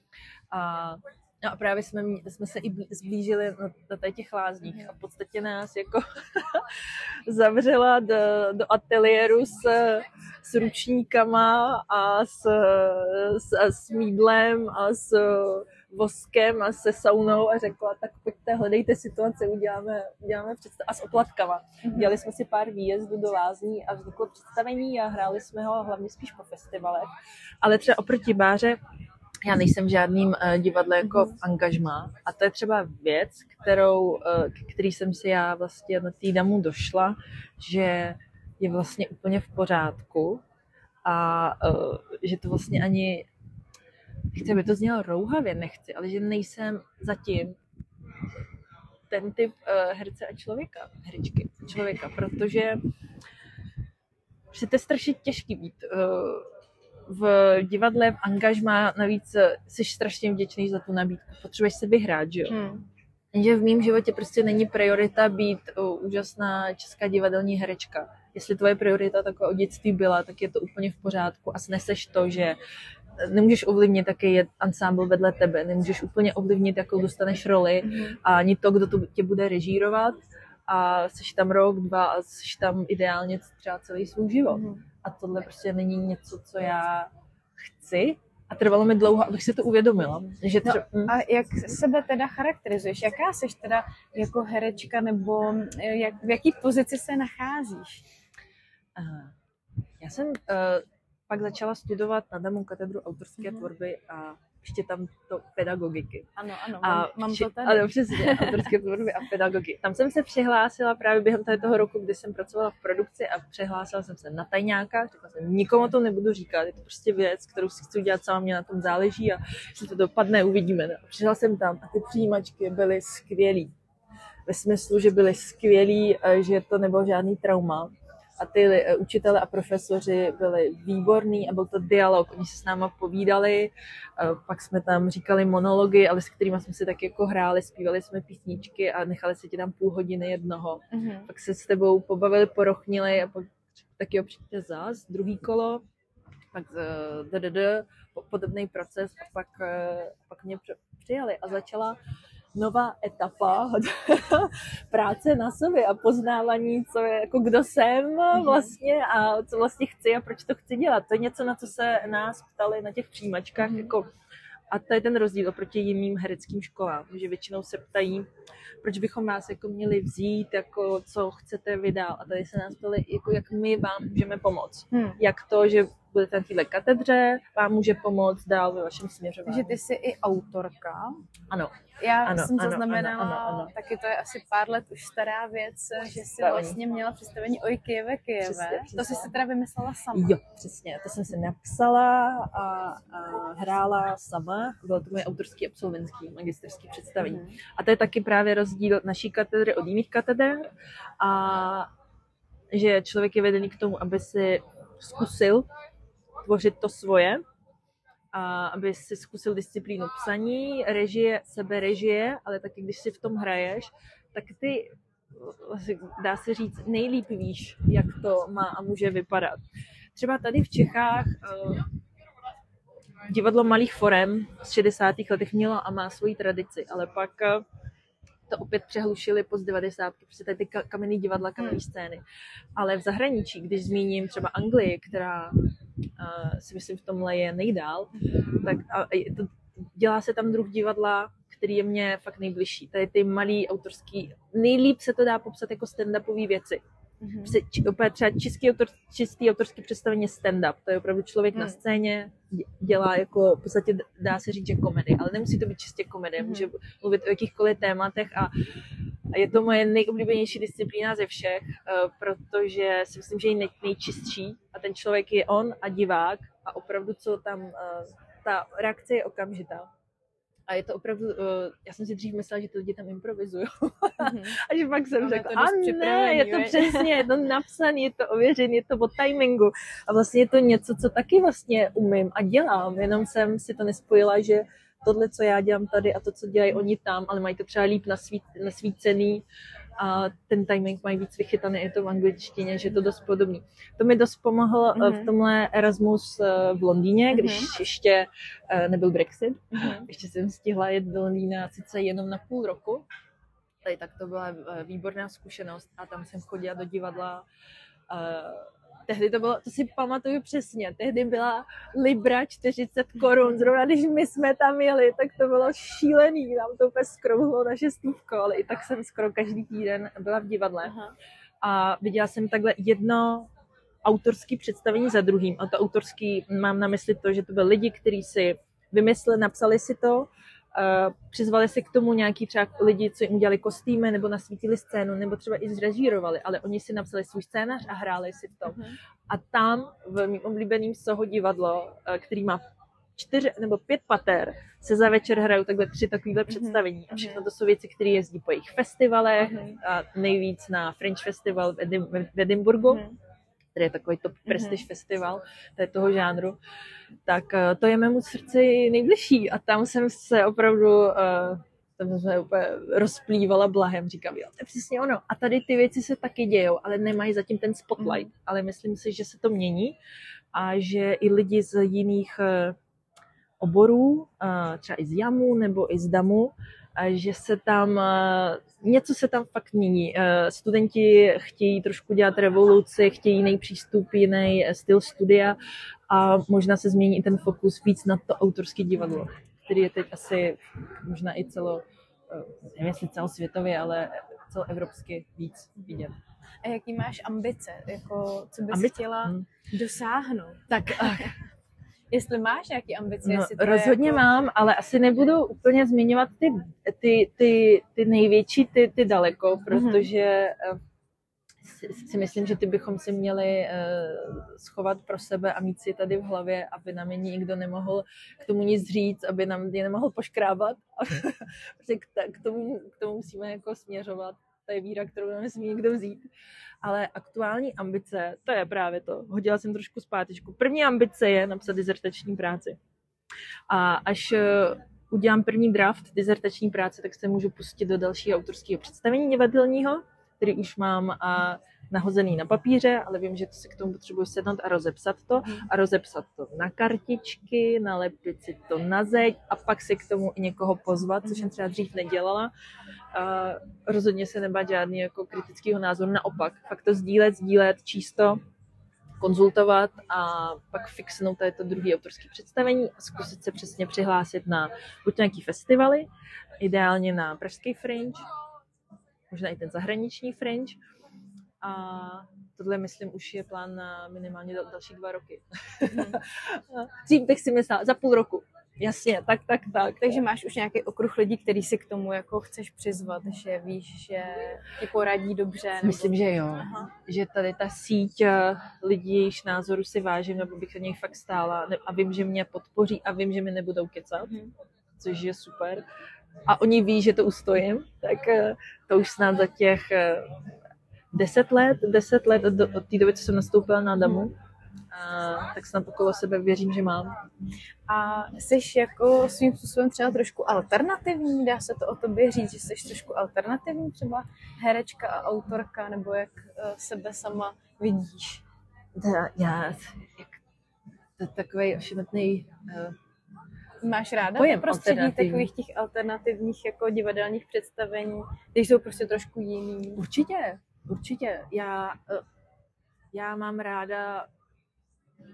A No a právě jsme, jsme se i zblížili na, na těch lázních a v podstatě nás jako zavřela do, do ateliéru s, s ručníkama a s, s, a s mýdlem a s voskem a se saunou a řekla, tak pojďte, hledejte situace, uděláme, uděláme představ... a s oplatkama. Mm-hmm. Dělali jsme si pár výjezdů do lázní a vzniklo představení a hráli jsme ho hlavně spíš po festivalech. Ale třeba oproti Báře já nejsem v žádným uh, divadle jako v angažmá a to je třeba věc, kterou, uh, k který jsem si já vlastně na té damu došla, že je vlastně úplně v pořádku a uh, že to vlastně ani, chci, aby to znělo rouhavě, nechci, ale že nejsem zatím ten typ uh, herce a člověka, herečky, člověka, protože to je strašně těžký být uh, v divadle, v angažmá, navíc jsi strašně vděčný za tu nabídku. Potřebuješ se vyhrát, že jo? Hmm. Jenže v mém životě prostě není priorita být uh, úžasná česká divadelní herečka. Jestli tvoje priorita taková od dětství byla, tak je to úplně v pořádku a sneseš to, že nemůžeš ovlivnit, jaký je ansámbl vedle tebe, nemůžeš úplně ovlivnit, jakou dostaneš roli hmm. a ani to, kdo to tě bude režírovat a jsi tam rok, dva a jsi tam ideálně třeba celý svůj život. Hmm. A tohle prostě není něco, co já chci. A trvalo mi dlouho, abych si to uvědomila. Že třeba... no, a jak sebe teda charakterizuješ? Jaká jsi teda jako herečka, nebo jak, v jaký pozici se nacházíš? Uh, já jsem uh, pak začala studovat na damu katedru autorské mm. tvorby a ještě tam to pedagogiky. Ano, ano, a mám, mám to tady. Ano, přesně, autorské tvorby a pedagogiky. Tam jsem se přihlásila právě během toho roku, kdy jsem pracovala v produkci a přihlásila jsem se na tajňáka. Řekla jsem, nikomu to nebudu říkat, je to prostě věc, kterou si chci udělat sama, mě na tom záleží a jestli to dopadne, uvidíme. A přišla jsem tam a ty přijímačky byly skvělý. Ve smyslu, že byly skvělý, že to nebylo žádný trauma. A ty učitelé a profesoři byli výborní a byl to dialog. Oni se s náma povídali, pak jsme tam říkali monology, ale s kterými jsme si tak jako hráli, zpívali jsme písničky a nechali si tě tam půl hodiny jednoho. Mm-hmm. Pak se s tebou pobavili, porochnili a pak taky přijďte zás, druhý kolo, pak ddd, podobný proces a pak, pak mě přijali a začala nová etapa práce na sobě a poznávání, co je, jako kdo jsem vlastně a co vlastně chci a proč to chci dělat. To je něco, na co se nás ptali na těch přijímačkách. Mm. Jako, a to je ten rozdíl oproti jiným hereckým školám, že většinou se ptají, proč bychom vás jako měli vzít, jako co chcete vydál. A tady se nás ptali, jako jak my vám můžeme pomoct. Mm. Jak to, že budete na téhle katedře, vám může pomoct dál ve vašem směřování. Takže ty jsi i autorka. Ano. Já ano, jsem ano, zaznamenala, ano, ano, ano. taky to je asi pár let už stará věc, že jsi vlastně měla představení Oj Kyjeve, Kyjeve. Přesně, přesně. To jsi si teda vymyslela sama. Jo, přesně. To jsem si napsala a, a hrála sama. Bylo to moje autorský absolventský magisterský představení. Mm. A to je taky právě rozdíl naší katedry od jiných kateder. A že člověk je vedený k tomu, aby si zkusil tvořit to svoje, a aby si zkusil disciplínu psaní, režie, seberežie, ale taky když si v tom hraješ, tak ty, dá se říct, nejlíp víš, jak to má a může vypadat. Třeba tady v Čechách uh, divadlo malých forem z šedesátých letech mělo a má svoji tradici, ale pak uh, to opět přehlušili po devadesátky, prostě tady ty kamenný divadla, kamenný scény. Ale v zahraničí, když zmíním třeba Anglii, která uh, si myslím v tomhle je nejdál, tak a, to, dělá se tam druh divadla, který je mně fakt nejbližší. Tady ty malý autorský, nejlíp se to dá popsat jako stand-upové věci. Mm-hmm. Prostě, opět třeba čistý, autor, čistý autorský představení stand-up. To je opravdu člověk mm. na scéně, dělá jako, v podstatě dá se říct, že komedie, ale nemusí to být čistě komedie, mm. může mluvit o jakýchkoliv tématech a, a je to moje nejoblíbenější disciplína ze všech, uh, protože si myslím, že je nej, nejčistší a ten člověk je on a divák a opravdu co tam, uh, ta reakce je okamžitá. A je to opravdu, uh, já jsem si dřív myslela, že ty lidi tam improvizují. Mm-hmm. A že pak jsem řekla, a ne, je to je. Přesně, je to napsané, je to ověřené, je to o timingu. A vlastně je to něco, co taky vlastně umím a dělám, jenom jsem si to nespojila, že tohle, co já dělám tady a to, co dělají oni tam, ale mají to třeba líp nasvícený a ten timing mají víc vychytaný, je to v angličtině, že je to dost podobný. To mi dost pomohlo mm-hmm. v tomhle Erasmus v Londýně, když mm-hmm. ještě nebyl Brexit. Mm-hmm. Ještě jsem stihla jet do Londýna sice jenom na půl roku, ale tak to byla výborná zkušenost a tam jsem chodila do divadla. Tehdy to bylo, to si pamatuju přesně, tehdy byla libra čtyřicet korun, zrovna když my jsme tam jeli, tak to bylo šílený, nám to úplně skrouhlo na šestívko, ale i tak jsem skoro každý týden byla v divadle. Aha. A viděla jsem takhle jedno autorské představení za druhým. A to autorský mám na mysli to, že to byly lidi, kteří si vymysleli, napsali si to, Uh, přizvali si k tomu nějaký třeba lidi, co jim udělali kostýmy, nebo nasvítili scénu, nebo třeba i zrežírovali, ale oni si napsali svůj scénář a hráli si v tom. Uh-huh. A tam v mým oblíbeným Soho divadlo, uh, který má čtyři nebo pět pater, se za večer hrajou takhle tři takovýhle uh-huh. představení. A všechno to jsou věci, které jezdí po jejich festivalech, uh-huh. a nejvíc na Fringe Festival v, Edim- v Edinburghu. Uh-huh. který je takový top prestiž mm-hmm. festival toho žánru, tak uh, to je mému srdci nejbližší a tam jsem se opravdu uh, tam jsem se úplně rozplývala blahem, říkám, jo, to je přesně ono. A tady ty věci se taky dějou, ale nemají zatím ten spotlight, mm-hmm. ale myslím si, že se to mění a že i lidi z jiných uh, oborů, uh, třeba i z jamu nebo i z damu, že se tam, něco se tam fakt mění. Studenti chtějí trošku dělat revoluci, chtějí jiný přístup, jiný styl studia a možná se změní i ten fokus víc na to autorské divadlo, který je teď asi možná i celo, nevím jestli celosvětově, ale celoevropsky víc vidět. A jaký máš ambice? Jako, co bys ambice? chtěla hmm. dosáhnout? Tak... Jestli máš nějaké ambice? No, jestli to rozhodně jako... mám, ale asi nebudu úplně zmiňovat ty, ty, ty, ty největší, ty, ty daleko, protože mm-hmm. si, si myslím, že ty bychom si měli uh, schovat pro sebe a mít si je tady v hlavě, aby nám je nikdo nemohl k tomu nic říct, aby nám je nemohl poškrábat. Protože k, k, tomu, k tomu musíme jako směřovat. To je víra, kterou nám nesmí někdo vzít. Ale aktuální ambice, to je právě to. Hodila jsem trošku zpátečku. První ambice je napsat dizertační práci. A až udělám první draft dizertační práce, tak se můžu pustit do dalšího autorského představení divadelního, který už mám a nahozený na papíře, ale vím, že to si k tomu potřebuji sednout a rozepsat to. A rozepsat to na kartičky, nalepit si to na zeď a pak si k tomu i někoho pozvat, což jsem třeba dřív nedělala. A rozhodně se nebát žádný jako kritického názoru, naopak. Fakt to sdílet, sdílet, číst to, konzultovat a pak fixnout tady to druhé autorské představení a zkusit se přesně přihlásit na buď nějaký festivaly, ideálně na pražský Fringe, možná i ten zahraniční Fringe. A tohle, myslím, už je plán na minimálně další dva roky. Hmm. Dřív bych si myslela, za půl roku. Jasně, tak, tak, tak. Takže máš už nějaký okruh lidí, který si k tomu jako chceš přizvat, že víš, že ti poradí dobře? Nebo... Myslím, že jo. Aha. Že tady ta síť lidí, jejichž názoru si vážím, nebo bych o něj fakt stála a vím, že mě podpoří a vím, že mi nebudou kecat, hmm. což je super. A oni ví, že to ustojím, tak to už snad za těch deset let, deset let od, od té doby, co jsem nastoupila na Damu, hmm. a, tak snad okolo sebe věřím, že mám. A jsi jako svým způsobem třeba trošku alternativní? Dá se to o tobě říct, že jsi trošku alternativní, třeba herečka a autorka, nebo jak uh, sebe sama vidíš? Já, já jak, to je takovej ošemetný uh, Máš ráda pojem prostředí takových těch alternativních jako divadelních představení, když jsou prostě trošku jiný? Určitě, určitě. Já, uh, já mám ráda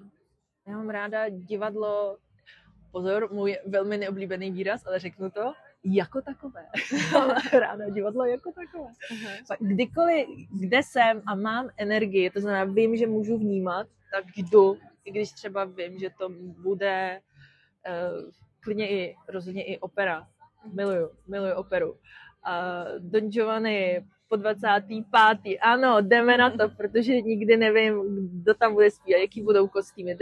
Já mám ráda divadlo, pozor, můj velmi neoblíbený výraz, ale řeknu to, jako takové. Ráda divadlo jako takové. Uh-huh. Kdykoliv, kde jsem a mám energii, to znamená, vím, že můžu vnímat, tak jdu, i když třeba vím, že to bude uh, klidně i, rozhodně i opera. Miluju, miluju operu. Uh, Don Giovanni po dvacátý pátý Ano, jdeme na to, protože nikdy nevím, kdo tam bude zpívat, jaký budou kostýmy.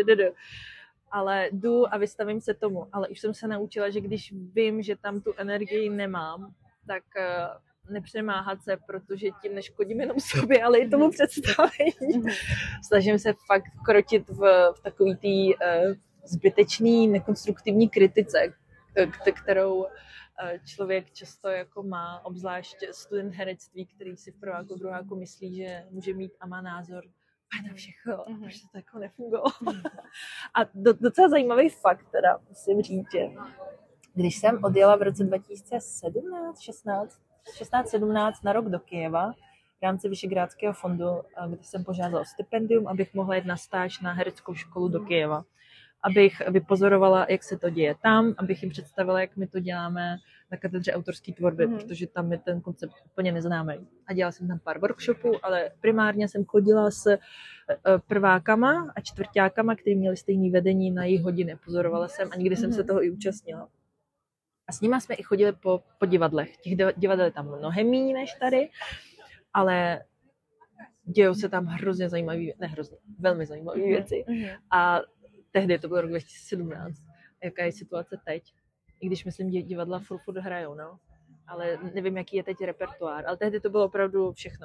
Ale jdu a vystavím se tomu. Ale už jsem se naučila, že když vím, že tam tu energii nemám, tak uh, nepřemáhat se, protože tím neškodím jenom sobě, ale i tomu představení. Snažím se fakt krotit v, v takový tý uh, zbytečný, nekonstruktivní kritice, kterou člověk často jako má, obzvlášť student herectví, který si v prváku, druháku myslí, že může mít a má názor na všechno, mm-hmm. protože to jako nefungovalo. A do, docela zajímavý fakt teda, musím říct, že když jsem odjela v roce dva tisíce sedmnáct, šestnáct, šestnáct sedmnáct na rok do Kyjeva v rámci Vyšegrádského fondu, kde jsem požádala o stipendium, abych mohla jít na stáž na hereckou školu do Kyjeva. Abych vypozorovala, jak se to děje tam, abych jim představila, jak my to děláme na katedře autorské tvorby, mm. protože tam je ten koncept úplně neznámý. A dělala jsem tam pár workshopů, ale primárně jsem chodila s prvákama a čtvrťákama, kteří měli stejné vedení na jejich hodiny. Pozorovala jsem a nikdy jsem mm. se toho i účastnila. A s nima jsme i chodili po, po divadlech. Těch divadel je tam mnohem méně než tady, ale dějou se tam hrozně zajímavé, ne hrozně, velmi zajímavé mm. věci. Mm. A tehdy to byl rok dva tisíce sedmnáct. Jaká je situace teď? I když myslím, že divadla furt, furt hrajou, no. Ale nevím, jaký je teď repertoár. Ale tehdy to bylo opravdu všechno.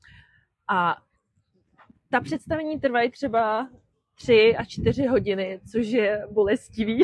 A ta představení trvají třeba tři a čtyři hodiny, což je bolestivý.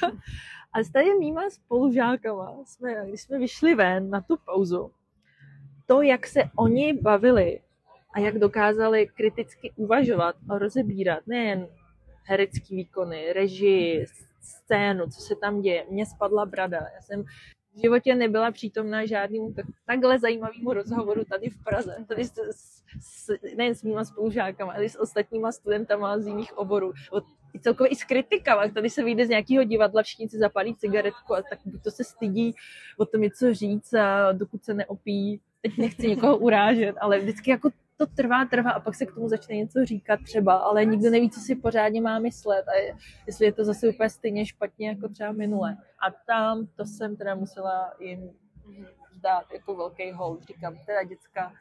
A s tady mýma spolužákama, jsme, když jsme vyšli ven na tu pauzu, to, jak se oni bavili a jak dokázali kriticky uvažovat a rozebírat nejen herecký výkony, režii, scénu, co se tam děje. Mně spadla brada. Já jsem v životě nebyla přítomná žádnému takhle zajímavému rozhovoru tady v Praze. Tady s, s, nejen s mýma spolužákama, ale s ostatníma studentama z jiných oborů. I celkově i s kritikama. Tady se vyjde z nějakého divadla, všichni si zapálí cigaretku a tak to se stydí o tom něco říct a dokud se neopí. Teď nechci někoho urážet, ale vždycky jako to trvá, trvá a pak se k tomu začne něco říkat třeba, ale nikdo neví, co si pořádně má myslet a jestli je to zase úplně stejně špatně jako třeba minule. A tam to jsem teda musela jim dát jako velký hold. Říkám, teda děcka,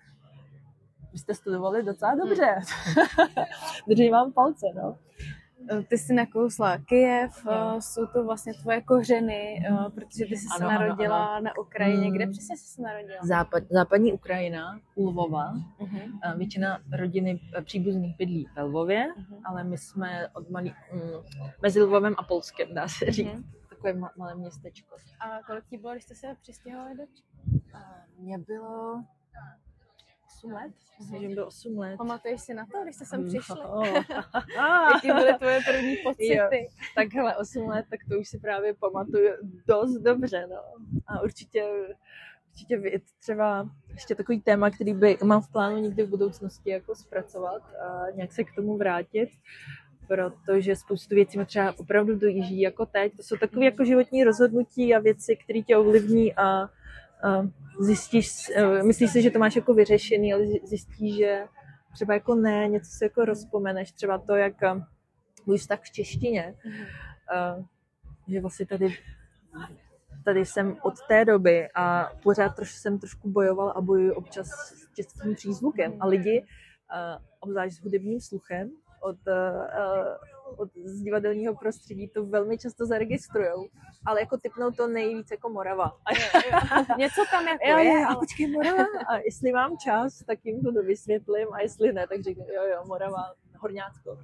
vy jste studovali docela dobře. Držím vám palce, no. Ty jsi nakousla Kyjev, no. Jsou to vlastně tvoje kořeny, protože ty jsi ano, se narodila ano, ano. na Ukrajině. Kde přesně jsi se narodila? Západ, západní Ukrajina, u Lvova. Uh-huh. Většina rodiny příbuzných bydlí ve Lvově, uh-huh. ale my jsme od malý, um, mezi Lvovem a Polskem, dá se říct. Uh-huh. Takové ma- malé městečko. A kolik ti bylo, když jste se přistěhovali do Čech? Mně bylo osm let. Myslím, že bylo osm let. Pamatuješ si na to, když jste sem přišli? No. Jaký byly tvoje první pocity? Jo. Takhle osm let, tak to už si právě pamatuju dost dobře. No. A určitě, určitě třeba ještě takový téma, který by mám v plánu někdy v budoucnosti jako zpracovat a nějak se k tomu vrátit, protože spoustu věcí mi třeba opravdu dojíždí jako teď. To jsou takové jako životní rozhodnutí a věci, které tě ovlivní a Uh, zjistíš, uh, myslíš si, že to máš jako vyřešený, ale zjistíš, že třeba jako ne, něco si jako rozpomeneš, třeba to, jak uh, můj vztah v češtině, uh, že vlastně tady, tady jsem od té doby a pořád troš, jsem trošku bojovala a bojuju občas s českým přízvukem a lidi, uh, obzvlášť s hudebním sluchem, od, uh, od z divadelního prostředí to velmi často zaregistrujou, ale jako typnou to nejvíc jako Morava. A něco tam jako jo, je. A ale... počkej, Morava. A jestli mám čas, tak jim to dovysvětlím a jestli ne, tak řeknu, jo, jo, Morava, Horňácko.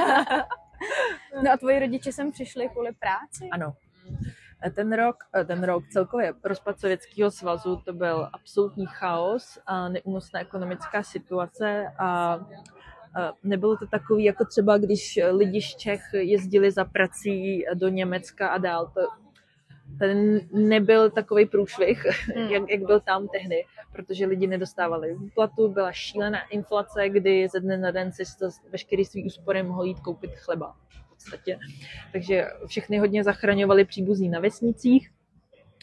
No a tvoji rodiče sem přišli kvůli práci? Ano. Ten rok, ten rok celkově rozpad Sovětského svazu, to byl absolutní chaos a neúnosná ekonomická situace a nebylo to takový, jako třeba když lidi z Čech jezdili za prací do Německa a dál. To, ten nebyl takový průšvih, hmm. jak, jak byl tam tehdy, protože lidi nedostávali výplatu, byla šílená inflace, kdy ze dne na den si veškerý svý úspory mohl jít koupit chleba. V podstatě. Takže všechny hodně zachraňovali příbuzní na vesnicích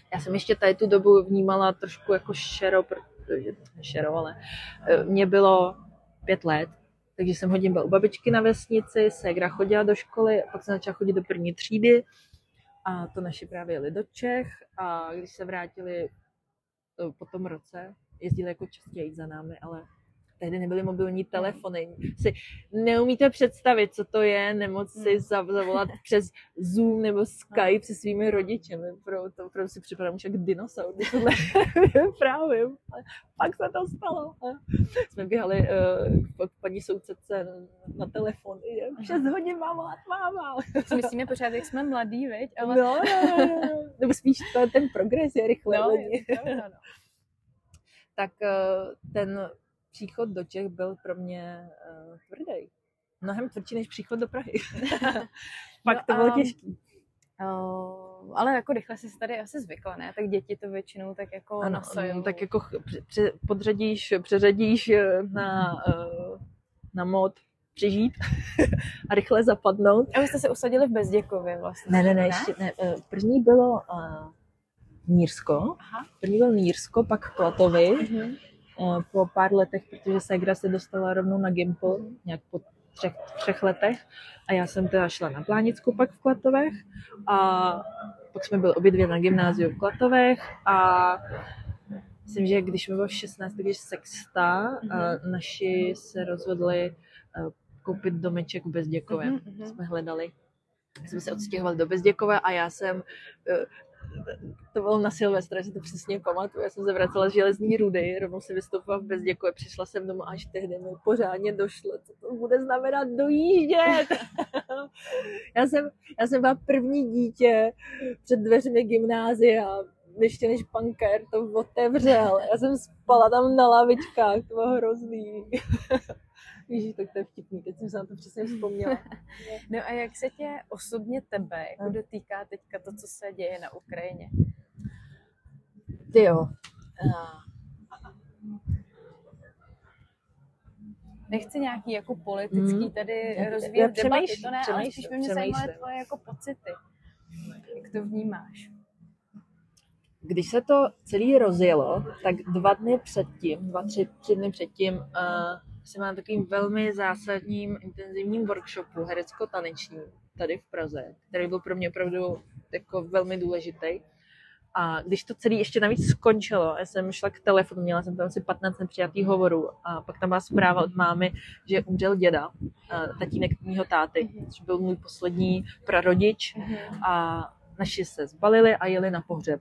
Já jsem ještě tady tu dobu vnímala trošku jako šero, protože šero, ale mě bylo pět let, takže jsem hodně byla u babičky na vesnici, ségra chodila do školy, a pak jsem začala chodit do první třídy a to naši právě jeli do Čech a když se vrátili po tom roce, jezdili jako častěji za námi, ale tehdy nebyly mobilní telefony. Si neumíte představit, co to je nemoc si zavolat přes Zoom nebo Skype se svými rodiči. Pro to opravdu si připadám už jak dinosaur, když tohle vyprávím. Pak se to stalo. Jsme běhali uh, k paní sousedce na telefon. šest hodin mám volat máma. Si myslíme pořád, jak jsme mladí, viď? Ale... No, no, no. Nebo spíš to, ten progres je rychle. No, je, no, no, no. Tak uh, ten příchod do Čech byl pro mě uh, tvrdý. Mnohem tvrdší než příchod do Prahy. Pak no to bylo těžký. Uh, ale jako rychle jsi tady asi zvykla, ne? Tak děti to většinou tak jako ano, nasajou. Tak jako pře- podřadíš, přeřadíš na, uh, na mod přežít a rychle zapadnout. A vy jste se usadili v Bezděkově vlastně. Ne, ne, ne, ještě ne. První bylo uh, Nýrsko. Aha. První byl Nýrsko, pak Klatovy. Uh-huh. Po pár letech, protože ségra se dostala rovnou na Gimpl, nějak po třech, třech letech. A já jsem teda šla na Plánicku pak v Klatovech. A pak jsme byli obě dvě na gymnáziu v Klatovech. A myslím, že když mi bylo šestnáct, takže sexta, mm-hmm. naši se rozhodli koupit domeček v Bezděkově. Mm-hmm. Jsme hledali. Jsme se odstěhovali do Bezděkova a já jsem... To bylo na Silvestra, že to přesně pamatuju. Já jsem se vracela z Železní Rudy, rovnou se vystoupila v Bezděkově, přišla jsem domů, až tehdy mi pořádně došlo, co to bude znamenat dojíždět. já, jsem, já jsem byla první dítě před dveřmi gymnázia, ještě než pankér to otevřel. Já jsem spala tam na lavičkách, to bylo hrozný. Víš, tak to je vtipný, teď jsem se na to přesně vzpomněla. No a jak se tě osobně tebe jako dotýká teďka to, co se děje na Ukrajině? Ty jo. Nechci nějaký jako politický tady hmm. rozvíjet debaty, to ne, ale spíš by mě zajímaly tvoje jako pocity. Jak to vnímáš? Když se to celé rozjelo, tak dva dny předtím, dva, tři, tři dny předtím, uh, jsem na takovým velmi zásadním, intenzivním workshopu herecko-tanečním tady v Praze, který byl pro mě opravdu jako velmi důležitý. A když to celé ještě navíc skončilo, já jsem šla k telefonu, měla jsem tam asi patnáct nepřijatých hovorů a pak tam byla zpráva od mámy, že umřel děda, tatínek mýho táty, což byl můj poslední prarodič a naši se zbalili a jeli na pohřeb.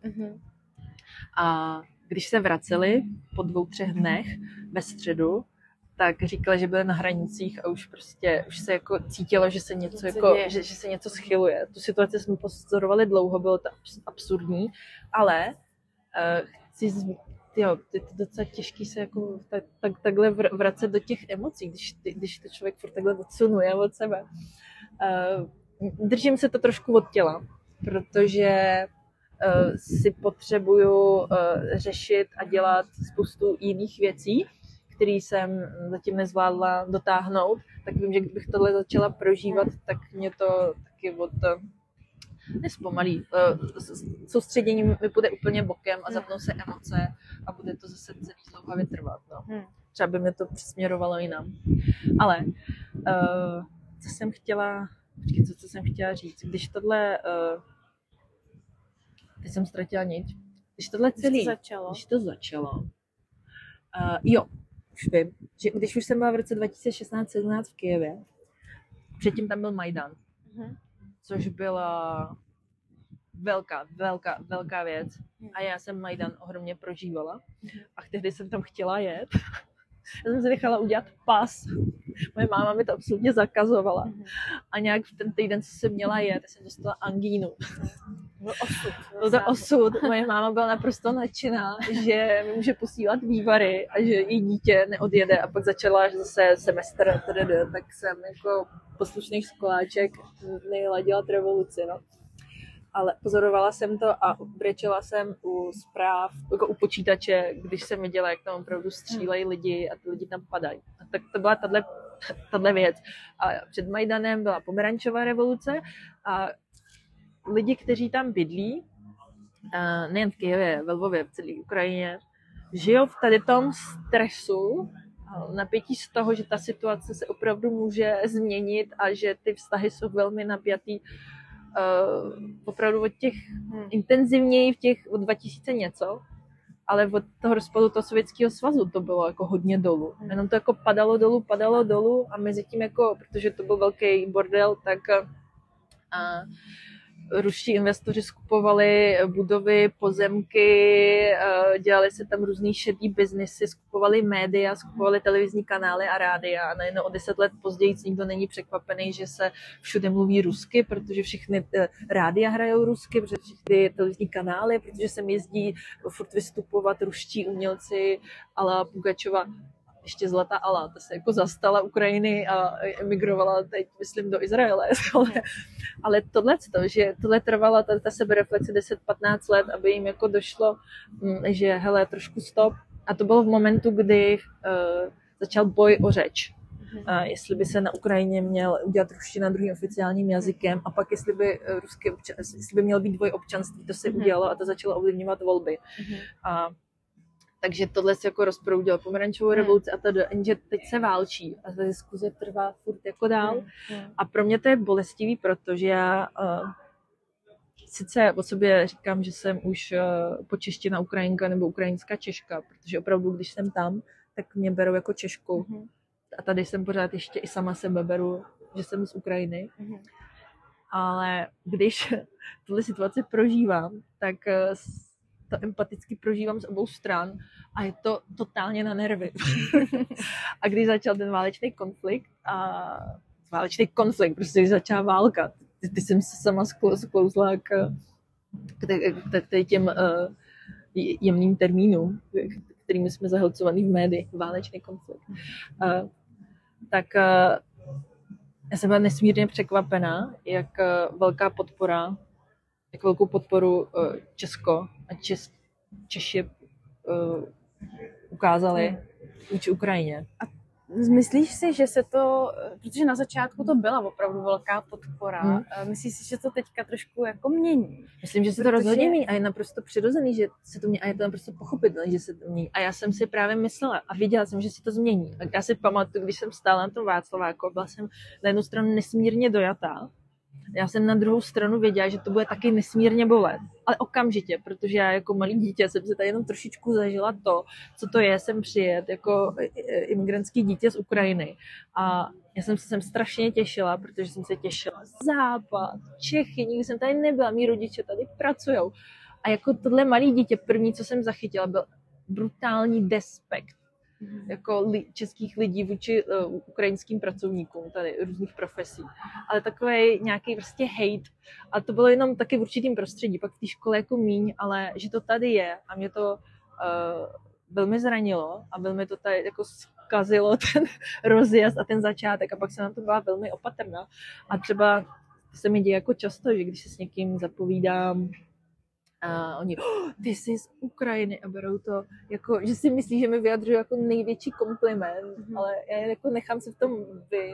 A když se vraceli po dvou, třech dnech ve středu, tak říkala, že byli na hranicích a už prostě už se jako cítilo, že se něco, jako, že, že se něco schyluje. Tu situaci jsme pozorovali dlouho, bylo to absurdní, ale uh, chci jo, je to docela těžký se jako tak, tak, takhle vracet do těch emocí, když, když to člověk furt takhle odsunuje od sebe. Uh, držím se to trošku od těla, protože uh, si potřebuju uh, řešit a dělat spoustu jiných věcí, který jsem zatím nezvládla dotáhnout, tak vím, že kdybych tohle začala prožívat, tak mě to taky od nespomalí. Soustředění mi půjde úplně bokem a zapnou se emoce a bude to zase celý dlouhavě trvat. No. Třeba by mě to přesměrovalo jinam. Ale uh, co jsem chtěla, počkej, co, co jsem chtěla říct, když tohle, uh, teď jsem ztratila niť, když tohle celý, když to začalo, když to začalo uh, jo, už vím, že když už jsem byla v roce dva tisíce šestnáct sedmnáct v Kyjevě, předtím tam byl Majdan, uh-huh. což byla velká, velká, velká věc a já jsem Majdan ohromně prožívala a tehdy jsem tam chtěla jet. Já jsem si nechala udělat pas. Moje máma mi to absolutně zakazovala. A nějak v ten týden, co jsem měla jet, jsem dostala angínu. Byl osud. Byl to osud. Moje máma byla naprosto nadšená, že mi může posílat vývary a že její dítě neodjede. A pak začala zase semestr, tak jsem jako poslušný školáček nejela dělat revoluci. No. Ale pozorovala jsem to a brečela jsem u zpráv, jako u počítače, když jsem viděla, jak tam opravdu střílejí lidi a ty lidi tam padají. A tak to byla tahle, tahle věc. A před Majdanem byla pomerančová revoluce a lidi, kteří tam bydlí, nejen v Kyjevě, ve Lvově, v celé Ukrajině, žijou v tady tom stresu, napětí z toho, že ta situace se opravdu může změnit a že ty vztahy jsou velmi napjatý. Uh, opravdu od těch hmm. intenzivněji v těch od dva tisíce něco, ale od toho rozpadu toho Sovětského svazu to bylo jako hodně dolů. Hmm. Jenom to jako padalo dolů, padalo dolů a mezi tím jako, protože to byl velký bordel, tak uh, ruští investoři skupovali budovy, pozemky, dělali se tam různý šedý biznesy, skupovali média, skupovali televizní kanály a rádia a najednou o deset let později nikdo není překvapený, že se všude mluví rusky, protože všechny rádia hrajou rusky, protože všechny televizní kanály, protože sem jezdí furt vystupovat ruští umělci a la Pugačova. Ještě Zlatá Ala, ta se jako zastala Ukrajiny a emigrovala teď, myslím, do Izraele. Ale, ale tohle, že tohle trvala, ta, ta sebereflexe deset patnáct let, aby jim jako došlo, že hele, trošku stop. A to bylo v momentu, kdy uh, začal boj o řeč. Uh, jestli by se na Ukrajině měl udělat ruština druhým oficiálním jazykem a pak jestli by, ruský občan, jestli by měl být dvojobčanství, to se udělalo a to začalo ovlivňovat volby. A takže tohle se jako rozproudilo pomerančovou revoluci a tady, jenže teď se válčí a ta diskuze trvá furt jako dál. A pro mě to je bolestivý, protože já uh, sice o sobě říkám, že jsem už uh, počeštěná Ukrajinka nebo ukrajinská Češka, protože opravdu, když jsem tam, tak mě berou jako Češku. A tady jsem pořád ještě i sama sebe beru, že jsem z Ukrajiny. Ale když tuhle situaci prožívám, tak uh, to empaticky prožívám z obou stran a je to totálně na nervy. A když začal ten válečný konflikt a válečný konflikt, prostě když začala válka, ty, ty jsem se sama sklouzla k, k, k těm uh, jemným termínům, kterými jsme zahlcovaný v médii, válečný konflikt. Uh, tak uh, já jsem byla nesmírně překvapená, jak uh, velká podpora jak velkou podporu uh, Česko a Čes, Češi uh, ukázali vůči Ukrajině. A myslíš si, že se to, protože na začátku to byla opravdu velká podpora, hmm. myslíš si, že to teďka trošku jako mění? Myslím, že se to protože... rozhodně mění a je naprosto přirozený, že se to mění a je to naprosto pochopitelné, že se to mění. A já jsem si právě myslela a viděla jsem, že se to změní. A já si pamatuju, když jsem stála na tom Václaváku, byla jsem na jednu stranu nesmírně dojatá. Já jsem na druhou stranu věděla, že to bude taky nesmírně bolet. Ale okamžitě, protože já jako malý dítě jsem se tady jenom trošičku zažila to, co to je sem přijet jako imigrantský dítě z Ukrajiny. A já jsem se sem strašně těšila, protože jsem se těšila Západ, Čechy, nikdy jsem tady nebyla, mý rodiče tady pracujou. A jako tohle malý dítě, první, co jsem zachytila, byl brutální despekt. Jako li, českých lidí vůči uh, ukrajinským pracovníkům tady různých profesí. Ale takový nějaký prostě hate. A to bylo jenom taky v určitým prostředí, pak v té škole jako míň, ale že to tady je a mě to uh, velmi zranilo a velmi to tady jako zkazilo ten rozjezd a ten začátek a pak jsem na to byla velmi opatrná. A třeba se mi děje jako často, že když se s někým zapovídám a oni, oh, ty jsi z Ukrajiny a berou to jako, že si myslí, že mi vyjadřují jako největší kompliment, mm-hmm. ale já jako nechám se v tom vy,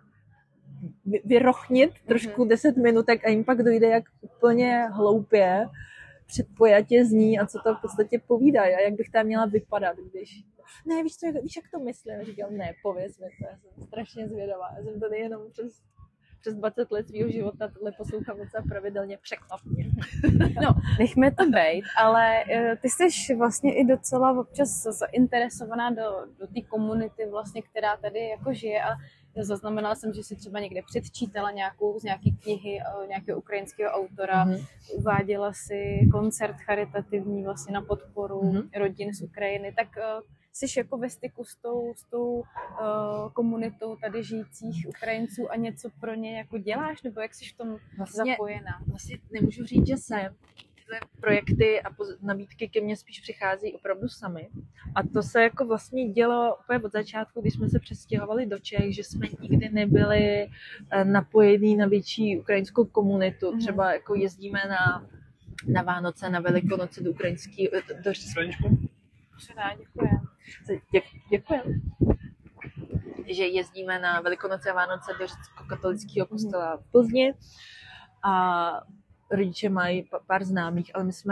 vy, vyrochnit mm-hmm. trošku deset minutek a jim pak dojde, jak úplně hloupě předpojatě zní a co to v podstatě povídají a jak bych tam měla vypadat, když ne, víš, co, víš jak to myslím? Říkám, ne, pověz mi to, já jsem strašně zvědavá, já jsem tady jenom přes přes dvacet let svýho života tohle poslouchám docela pravidelně, překvap mě. No, nechme to bejt, ale ty jsi vlastně i docela občas zainteresovaná do, do té komunity vlastně, která tady jako žije a zaznamenala jsem, že si třeba někde předčítala nějakou z nějaký knihy nějakého ukrajinského autora, mm-hmm. uváděla si koncert charitativní vlastně na podporu mm-hmm. rodin z Ukrajiny, tak jsi jako ve styku s tou, s tou uh, komunitou tady žijících Ukrajinců a něco pro ně jako děláš, nebo jak jsi v tom vlastně, zapojená? Vlastně nemůžu říct, že jsem. Tyhle projekty a nabídky ke mně spíš přichází opravdu sami. A to se jako vlastně dělo úplně od začátku, když jsme se přestěhovali do Čech, že jsme nikdy nebyli napojení na větší ukrajinskou komunitu. Mm-hmm. Třeba jako jezdíme na, na Vánoce, na Velikonoce do ukrajinský... Do... Předá, děkuji. Dě, děkuji. Že jezdíme na Velikonoce a Vánoce do řecko-katolického kostela v Plzni a rodiče mají pár známých, ale my jsme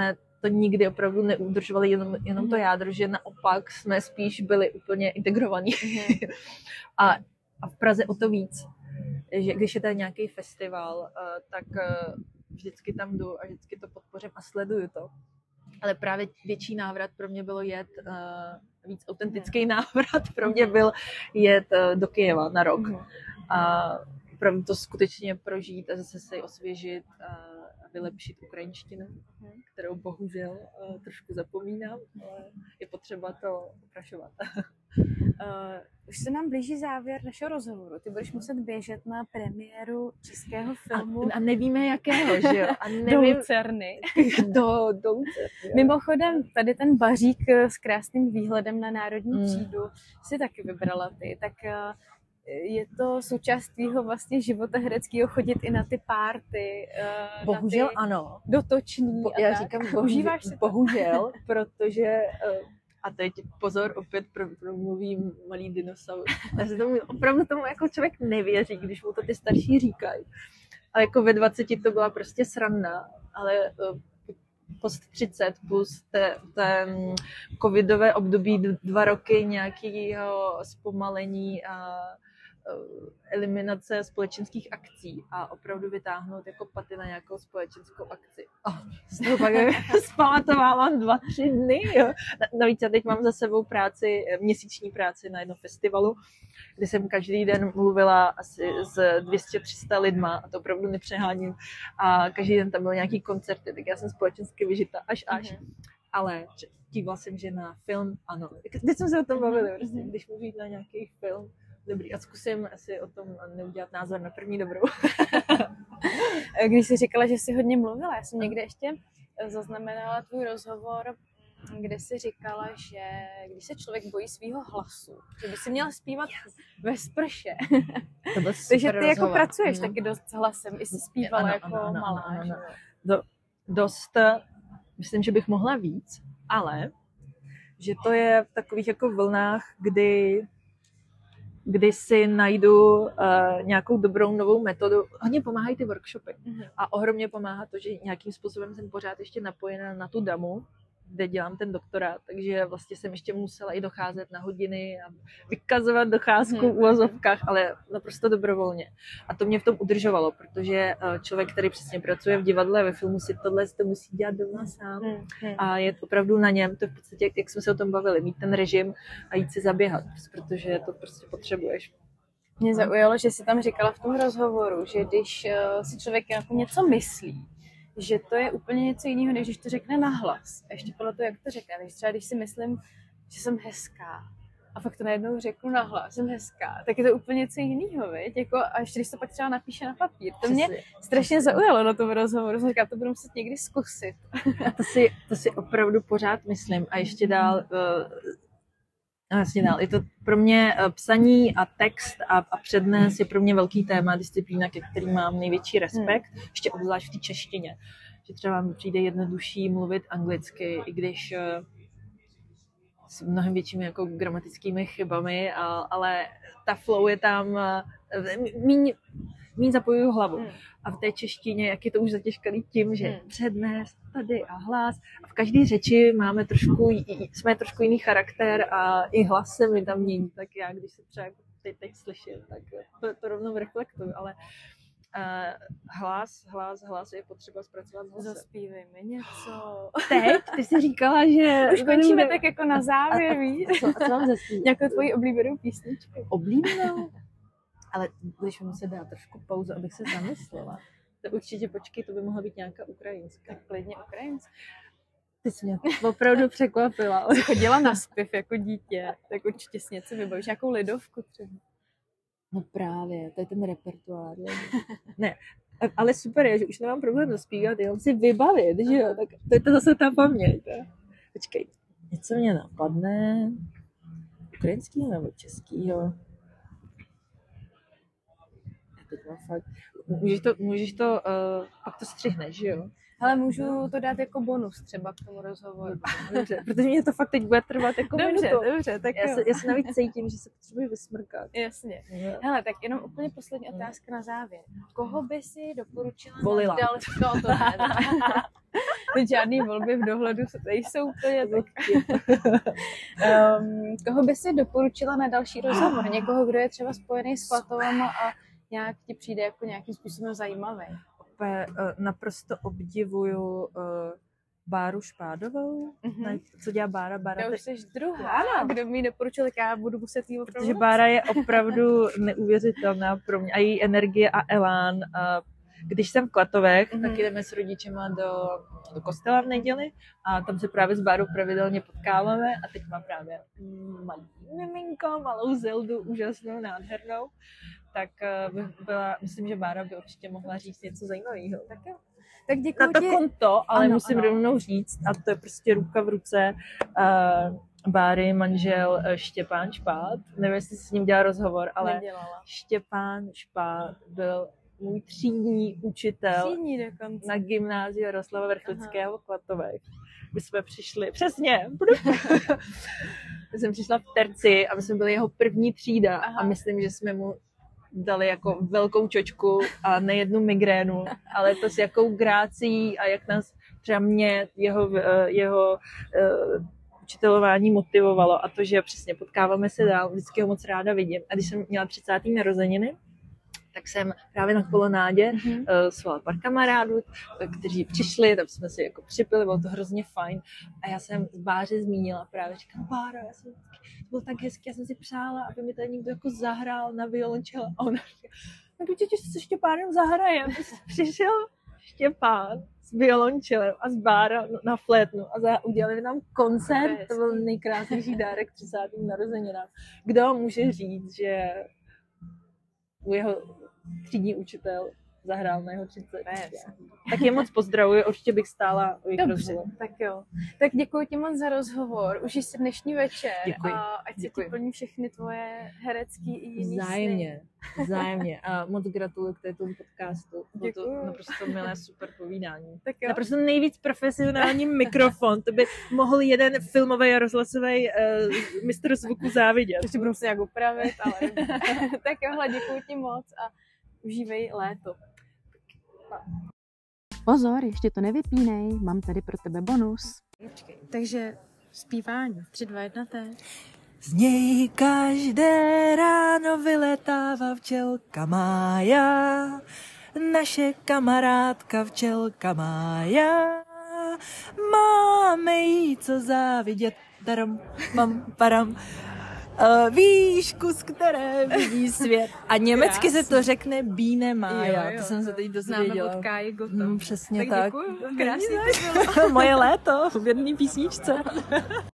to nikdy opravdu neudržovali jenom, jenom to jádro, že naopak jsme spíš byli úplně integrovaní. a, a v Praze o to víc, že když je tady nějaký festival, tak vždycky tam jdu a vždycky to podpořím a sleduju to. Ale právě větší návrat pro mě bylo jet, víc autentický návrat pro mě byl jet do Kyjeva na rok. A opravdu to skutečně prožít a zase se osvěžit a vylepšit ukrajinštinu, kterou bohužel uh, trošku zapomínám, ale je potřeba to oprašovat. uh, už se nám blíží závěr našeho rozhovoru. Ty budeš muset běžet na premiéru českého filmu. A, a nevíme jakého, že jo? A nevím, do Lucerny. do, do Lucerny. Mimochodem, tady ten bařík s krásným výhledem na Národní mm. třídu si taky vybrala ty, tak uh, je to součást tvýho vlastně života hereckého chodit i na ty párty, uh, bohužel na ty ano. dotoční Bo, a já tak. říkám Používáš bohužel, si to? bohužel, protože uh, a teď pozor, opět promluvím malý dinosaur. Já se tomu, opravdu tomu jako člověk nevěří, když mu to ty starší říkají. Ale jako ve dvaceti to byla prostě sranda, ale uh, post třicet plus te, ten covidové období dva roky nějakého zpomalení a eliminace společenských akcí a opravdu vytáhnout jako paty na nějakou společenskou akci. Oh, z toho pak zpamatovávám dva, tři dny. Jo. Navíc já teď mám za sebou práci, měsíční práci na jednom festivalu, kdy jsem každý den mluvila asi s dvě stě tři sta lidma a to opravdu nepřeháním. A každý den tam byl nějaký koncerty, tak já jsem společensky vyžita až až. Mm-hmm. Ale dívala jsem, že na film, ano. Teď jsme se o tom bavili, prostě, když můžu jít na nějaký film, dobrý, a zkusím asi o tom neudělat názor na první dobrou. Když jsi říkala, že jsi hodně mluvila, já jsem někde ještě zaznamenala tvůj rozhovor, kde jsi říkala, že když se člověk bojí svýho hlasu, že by si měla zpívat ve sprše. To byl Takže ty rozhovor. jako pracuješ mm. taky dost s hlasem, i jsi zpívala ano, jako ano, ano, malá. ano, ano. Že? Do, dost, myslím, že bych mohla víc, ale že to je v takových jako vlnách, kdy kdy si najdu uh, nějakou dobrou novou metodu. Hodně pomáhají ty workshopy. Mm-hmm. A ohromně pomáhá to, že nějakým způsobem jsem pořád ještě napojená na tu damu, kde dělám ten doktorát, takže vlastně jsem ještě musela i docházet na hodiny a vykazovat docházku mm-hmm. v uvozovkách, ale naprosto dobrovolně. A to mě v tom udržovalo, protože člověk, který přesně pracuje v divadle, ve filmu, si tohle to musí dělat doma sám. Mm-hmm. A je opravdu na něm, to v podstatě, jak jsme se o tom bavili, mít ten režim a jít si zaběhat, protože to prostě potřebuješ. Mě zaujalo, že jsi tam říkala v tom rozhovoru, že když si člověk jako něco myslí, že to je úplně něco jiného, než když to řekne nahlas. A ještě podle toho, jak to řekne. Takže třeba když si myslím, že jsem hezká a fakt to najednou řeknu nahlas, jsem hezká, tak je to úplně něco jiného, viď? Jako, a ještě když to pak třeba napíše na papír. To mě strašně zaujalo na tom rozhovoru. Jsem říkala, to budu muset někdy zkusit. A to si, to si opravdu pořád myslím. A ještě dál... Uh, Vlastně dál. Je to pro mě psaní a text a, a přednes je pro mě velký téma, disciplína, ke kterým mám největší respekt, hmm. ještě obzvlášť v té češtině. Že třeba mi přijde jednodušší mluvit anglicky, i když uh, s mnohem většími jako gramatickými chybami, a, ale ta flow je tam, uh, míň, míň zapojuju hlavu. Hmm. A v té češtině, jak je to už zatěžkaný tím, že hmm. přednes, tady a hlas. A v každé řeči máme trošku, jsme trošku jiný charakter a i hlas se mi tam mění. Tak já, když se třeba teď, teď slyším, tak to, to rovnou reflektuju. Ale uh, hlas, hlas, hlas je potřeba zpracovat hlasem. Zaspívejme něco. Teď? Ty jsi říkala, že... Už končíme tak jako na závěr, víš? A, a, a co mám zaspívat? Nějakou tvoji oblíbenou písničku. Oblíbenou? Ale když mi se dá trošku pauzu, abych se zamyslela. To určitě, počkej, to by mohla být nějaká ukrajinská. Tak klidně ukrajinská. Ty jsi mě opravdu překvapila. Jsi chodila na zpěv jako dítě, tak určitě si něco vybavíš, nějakou lidovku třeba. No právě, to je ten repertoár. Ne, ale super je, že už nemám problém zaspívat, jenom si vybavit, že jo, tak to je to zase ta paměť. Počkej, něco mě napadne, ukrajinskýho nebo českýho. Teď mám fakt, můžeš to, můžeš to uh, pak to střihneš, že jo? Ale můžu to dát jako bonus třeba k tomu rozhovoru. Dobře, protože mě to fakt teď bude trvat jako dobře, minutu. Dobře, tak já, se, já se navíc cítím, že se potřebuji vysmrkat. Jasně. Jo. Hele, tak jenom úplně poslední otázka na závěr. Koho by si doporučila Volila. na další... No, to ne. Teď žádný volby v dohledu nejsou úplně tak. um, koho by si doporučila na další rozhovor? Někoho, kdo je třeba spojený s Klatovama a nějak ti přijde jako nějakým způsobem zajímavý? Opět, uh, naprosto obdivuju uh, Báru Špádovou, mm-hmm. co dělá Bára. Bára já te... už jsi druhá, kdo mi doporučil, tak já budu muset jí opravdu. Protože Bára je opravdu neuvěřitelná pro mě a její energie a elán. A když jsem v Klatovech, mm-hmm. tak jdeme s rodičema do, do kostela v neděli a tam se právě s Bárou pravidelně potkáváme a teď má právě malý miminko, malou Zeldu, úžasnou, nádhernou. Tak uh, byla, myslím, že Bára by určitě mohla říct něco zajímavého. Tak jo. Tak děkuji na to ti. konto, ale ano, musím ano. rovnou říct, a to je prostě ruka v ruce uh, Báry, manžel uh, Štěpán Špát. Nevím, jestli jsi s ním dělal rozhovor, ale Nedělala. Štěpán Špát byl můj třídní učitel Třídní dokonce. na gymnáziu Jaroslava Vrchlického v Klatovech. My jsme přišli, přesně, my jsem přišla v terci a my jsme byli jeho první třída. Aha. A myslím, že jsme mu dali jako velkou čočku a nejednu migrénu, ale to s jakou grácií a jak nás třeba mě jeho, jeho uh, učitelování motivovalo a to, že přesně potkáváme se dál, vždycky ho moc ráda vidím. A když jsem měla třicáté narozeniny, tak jsem právě na kolonádě mm-hmm. uh, svolala pár kamarádů, kteří přišli, tam jsme si jako připili, bylo to hrozně fajn. A já jsem z Báře zmínila právě, říkám, Báro, já jsem, to bylo tak hezky, já jsem si přála, aby mi tady někdo jako zahrál na violončele. A ona říká, tak určitě se Štěpánem zahraje. Přišel Štěpán s violončelem a s Bára na flétnu a za, udělali nám koncert, to byl nejkrásnější dárek třicátým narozeninám. Kdo může říct, že u jeho třídní učitel zahrál na jeho třicet. Tak je moc pozdravuji, určitě bych stála u jejich rozhovor. Tak jo. Tak děkuji ti moc za rozhovor, užij si dnešní večer děkuji. A ať se ti plní všechny tvoje herecký i jiný Zájemně, sny. Zájemně. A moc gratuluji k této podcastu. Bylo děkuji. To naprosto milé, super povídání. Tak jo. Naprosto nejvíc profesionální mikrofon. To by mohl jeden filmový a rozhlasový uh, mistr zvuku závidět. Ještě budu se nějak upravit, ale tak johle, děkuji ti moc a užívej léto. Pozor, ještě to nevypínej, mám tady pro tebe bonus. Takže zpívání. tři, dva, jedna, té. Z něj každé ráno vyletává včelka Mája, naše kamarádka včelka Mája. Máme jí co závidět, taram, pam, param. Uh, výšku, z které vidí svět. A německy Krásný. Se to řekne Biene Mája. To jsem se teď dozvěděla. Známe od Káji Gottov. Mm, přesně tak. tak. Děkuju. Krásný. Moje léto v jedné písničce.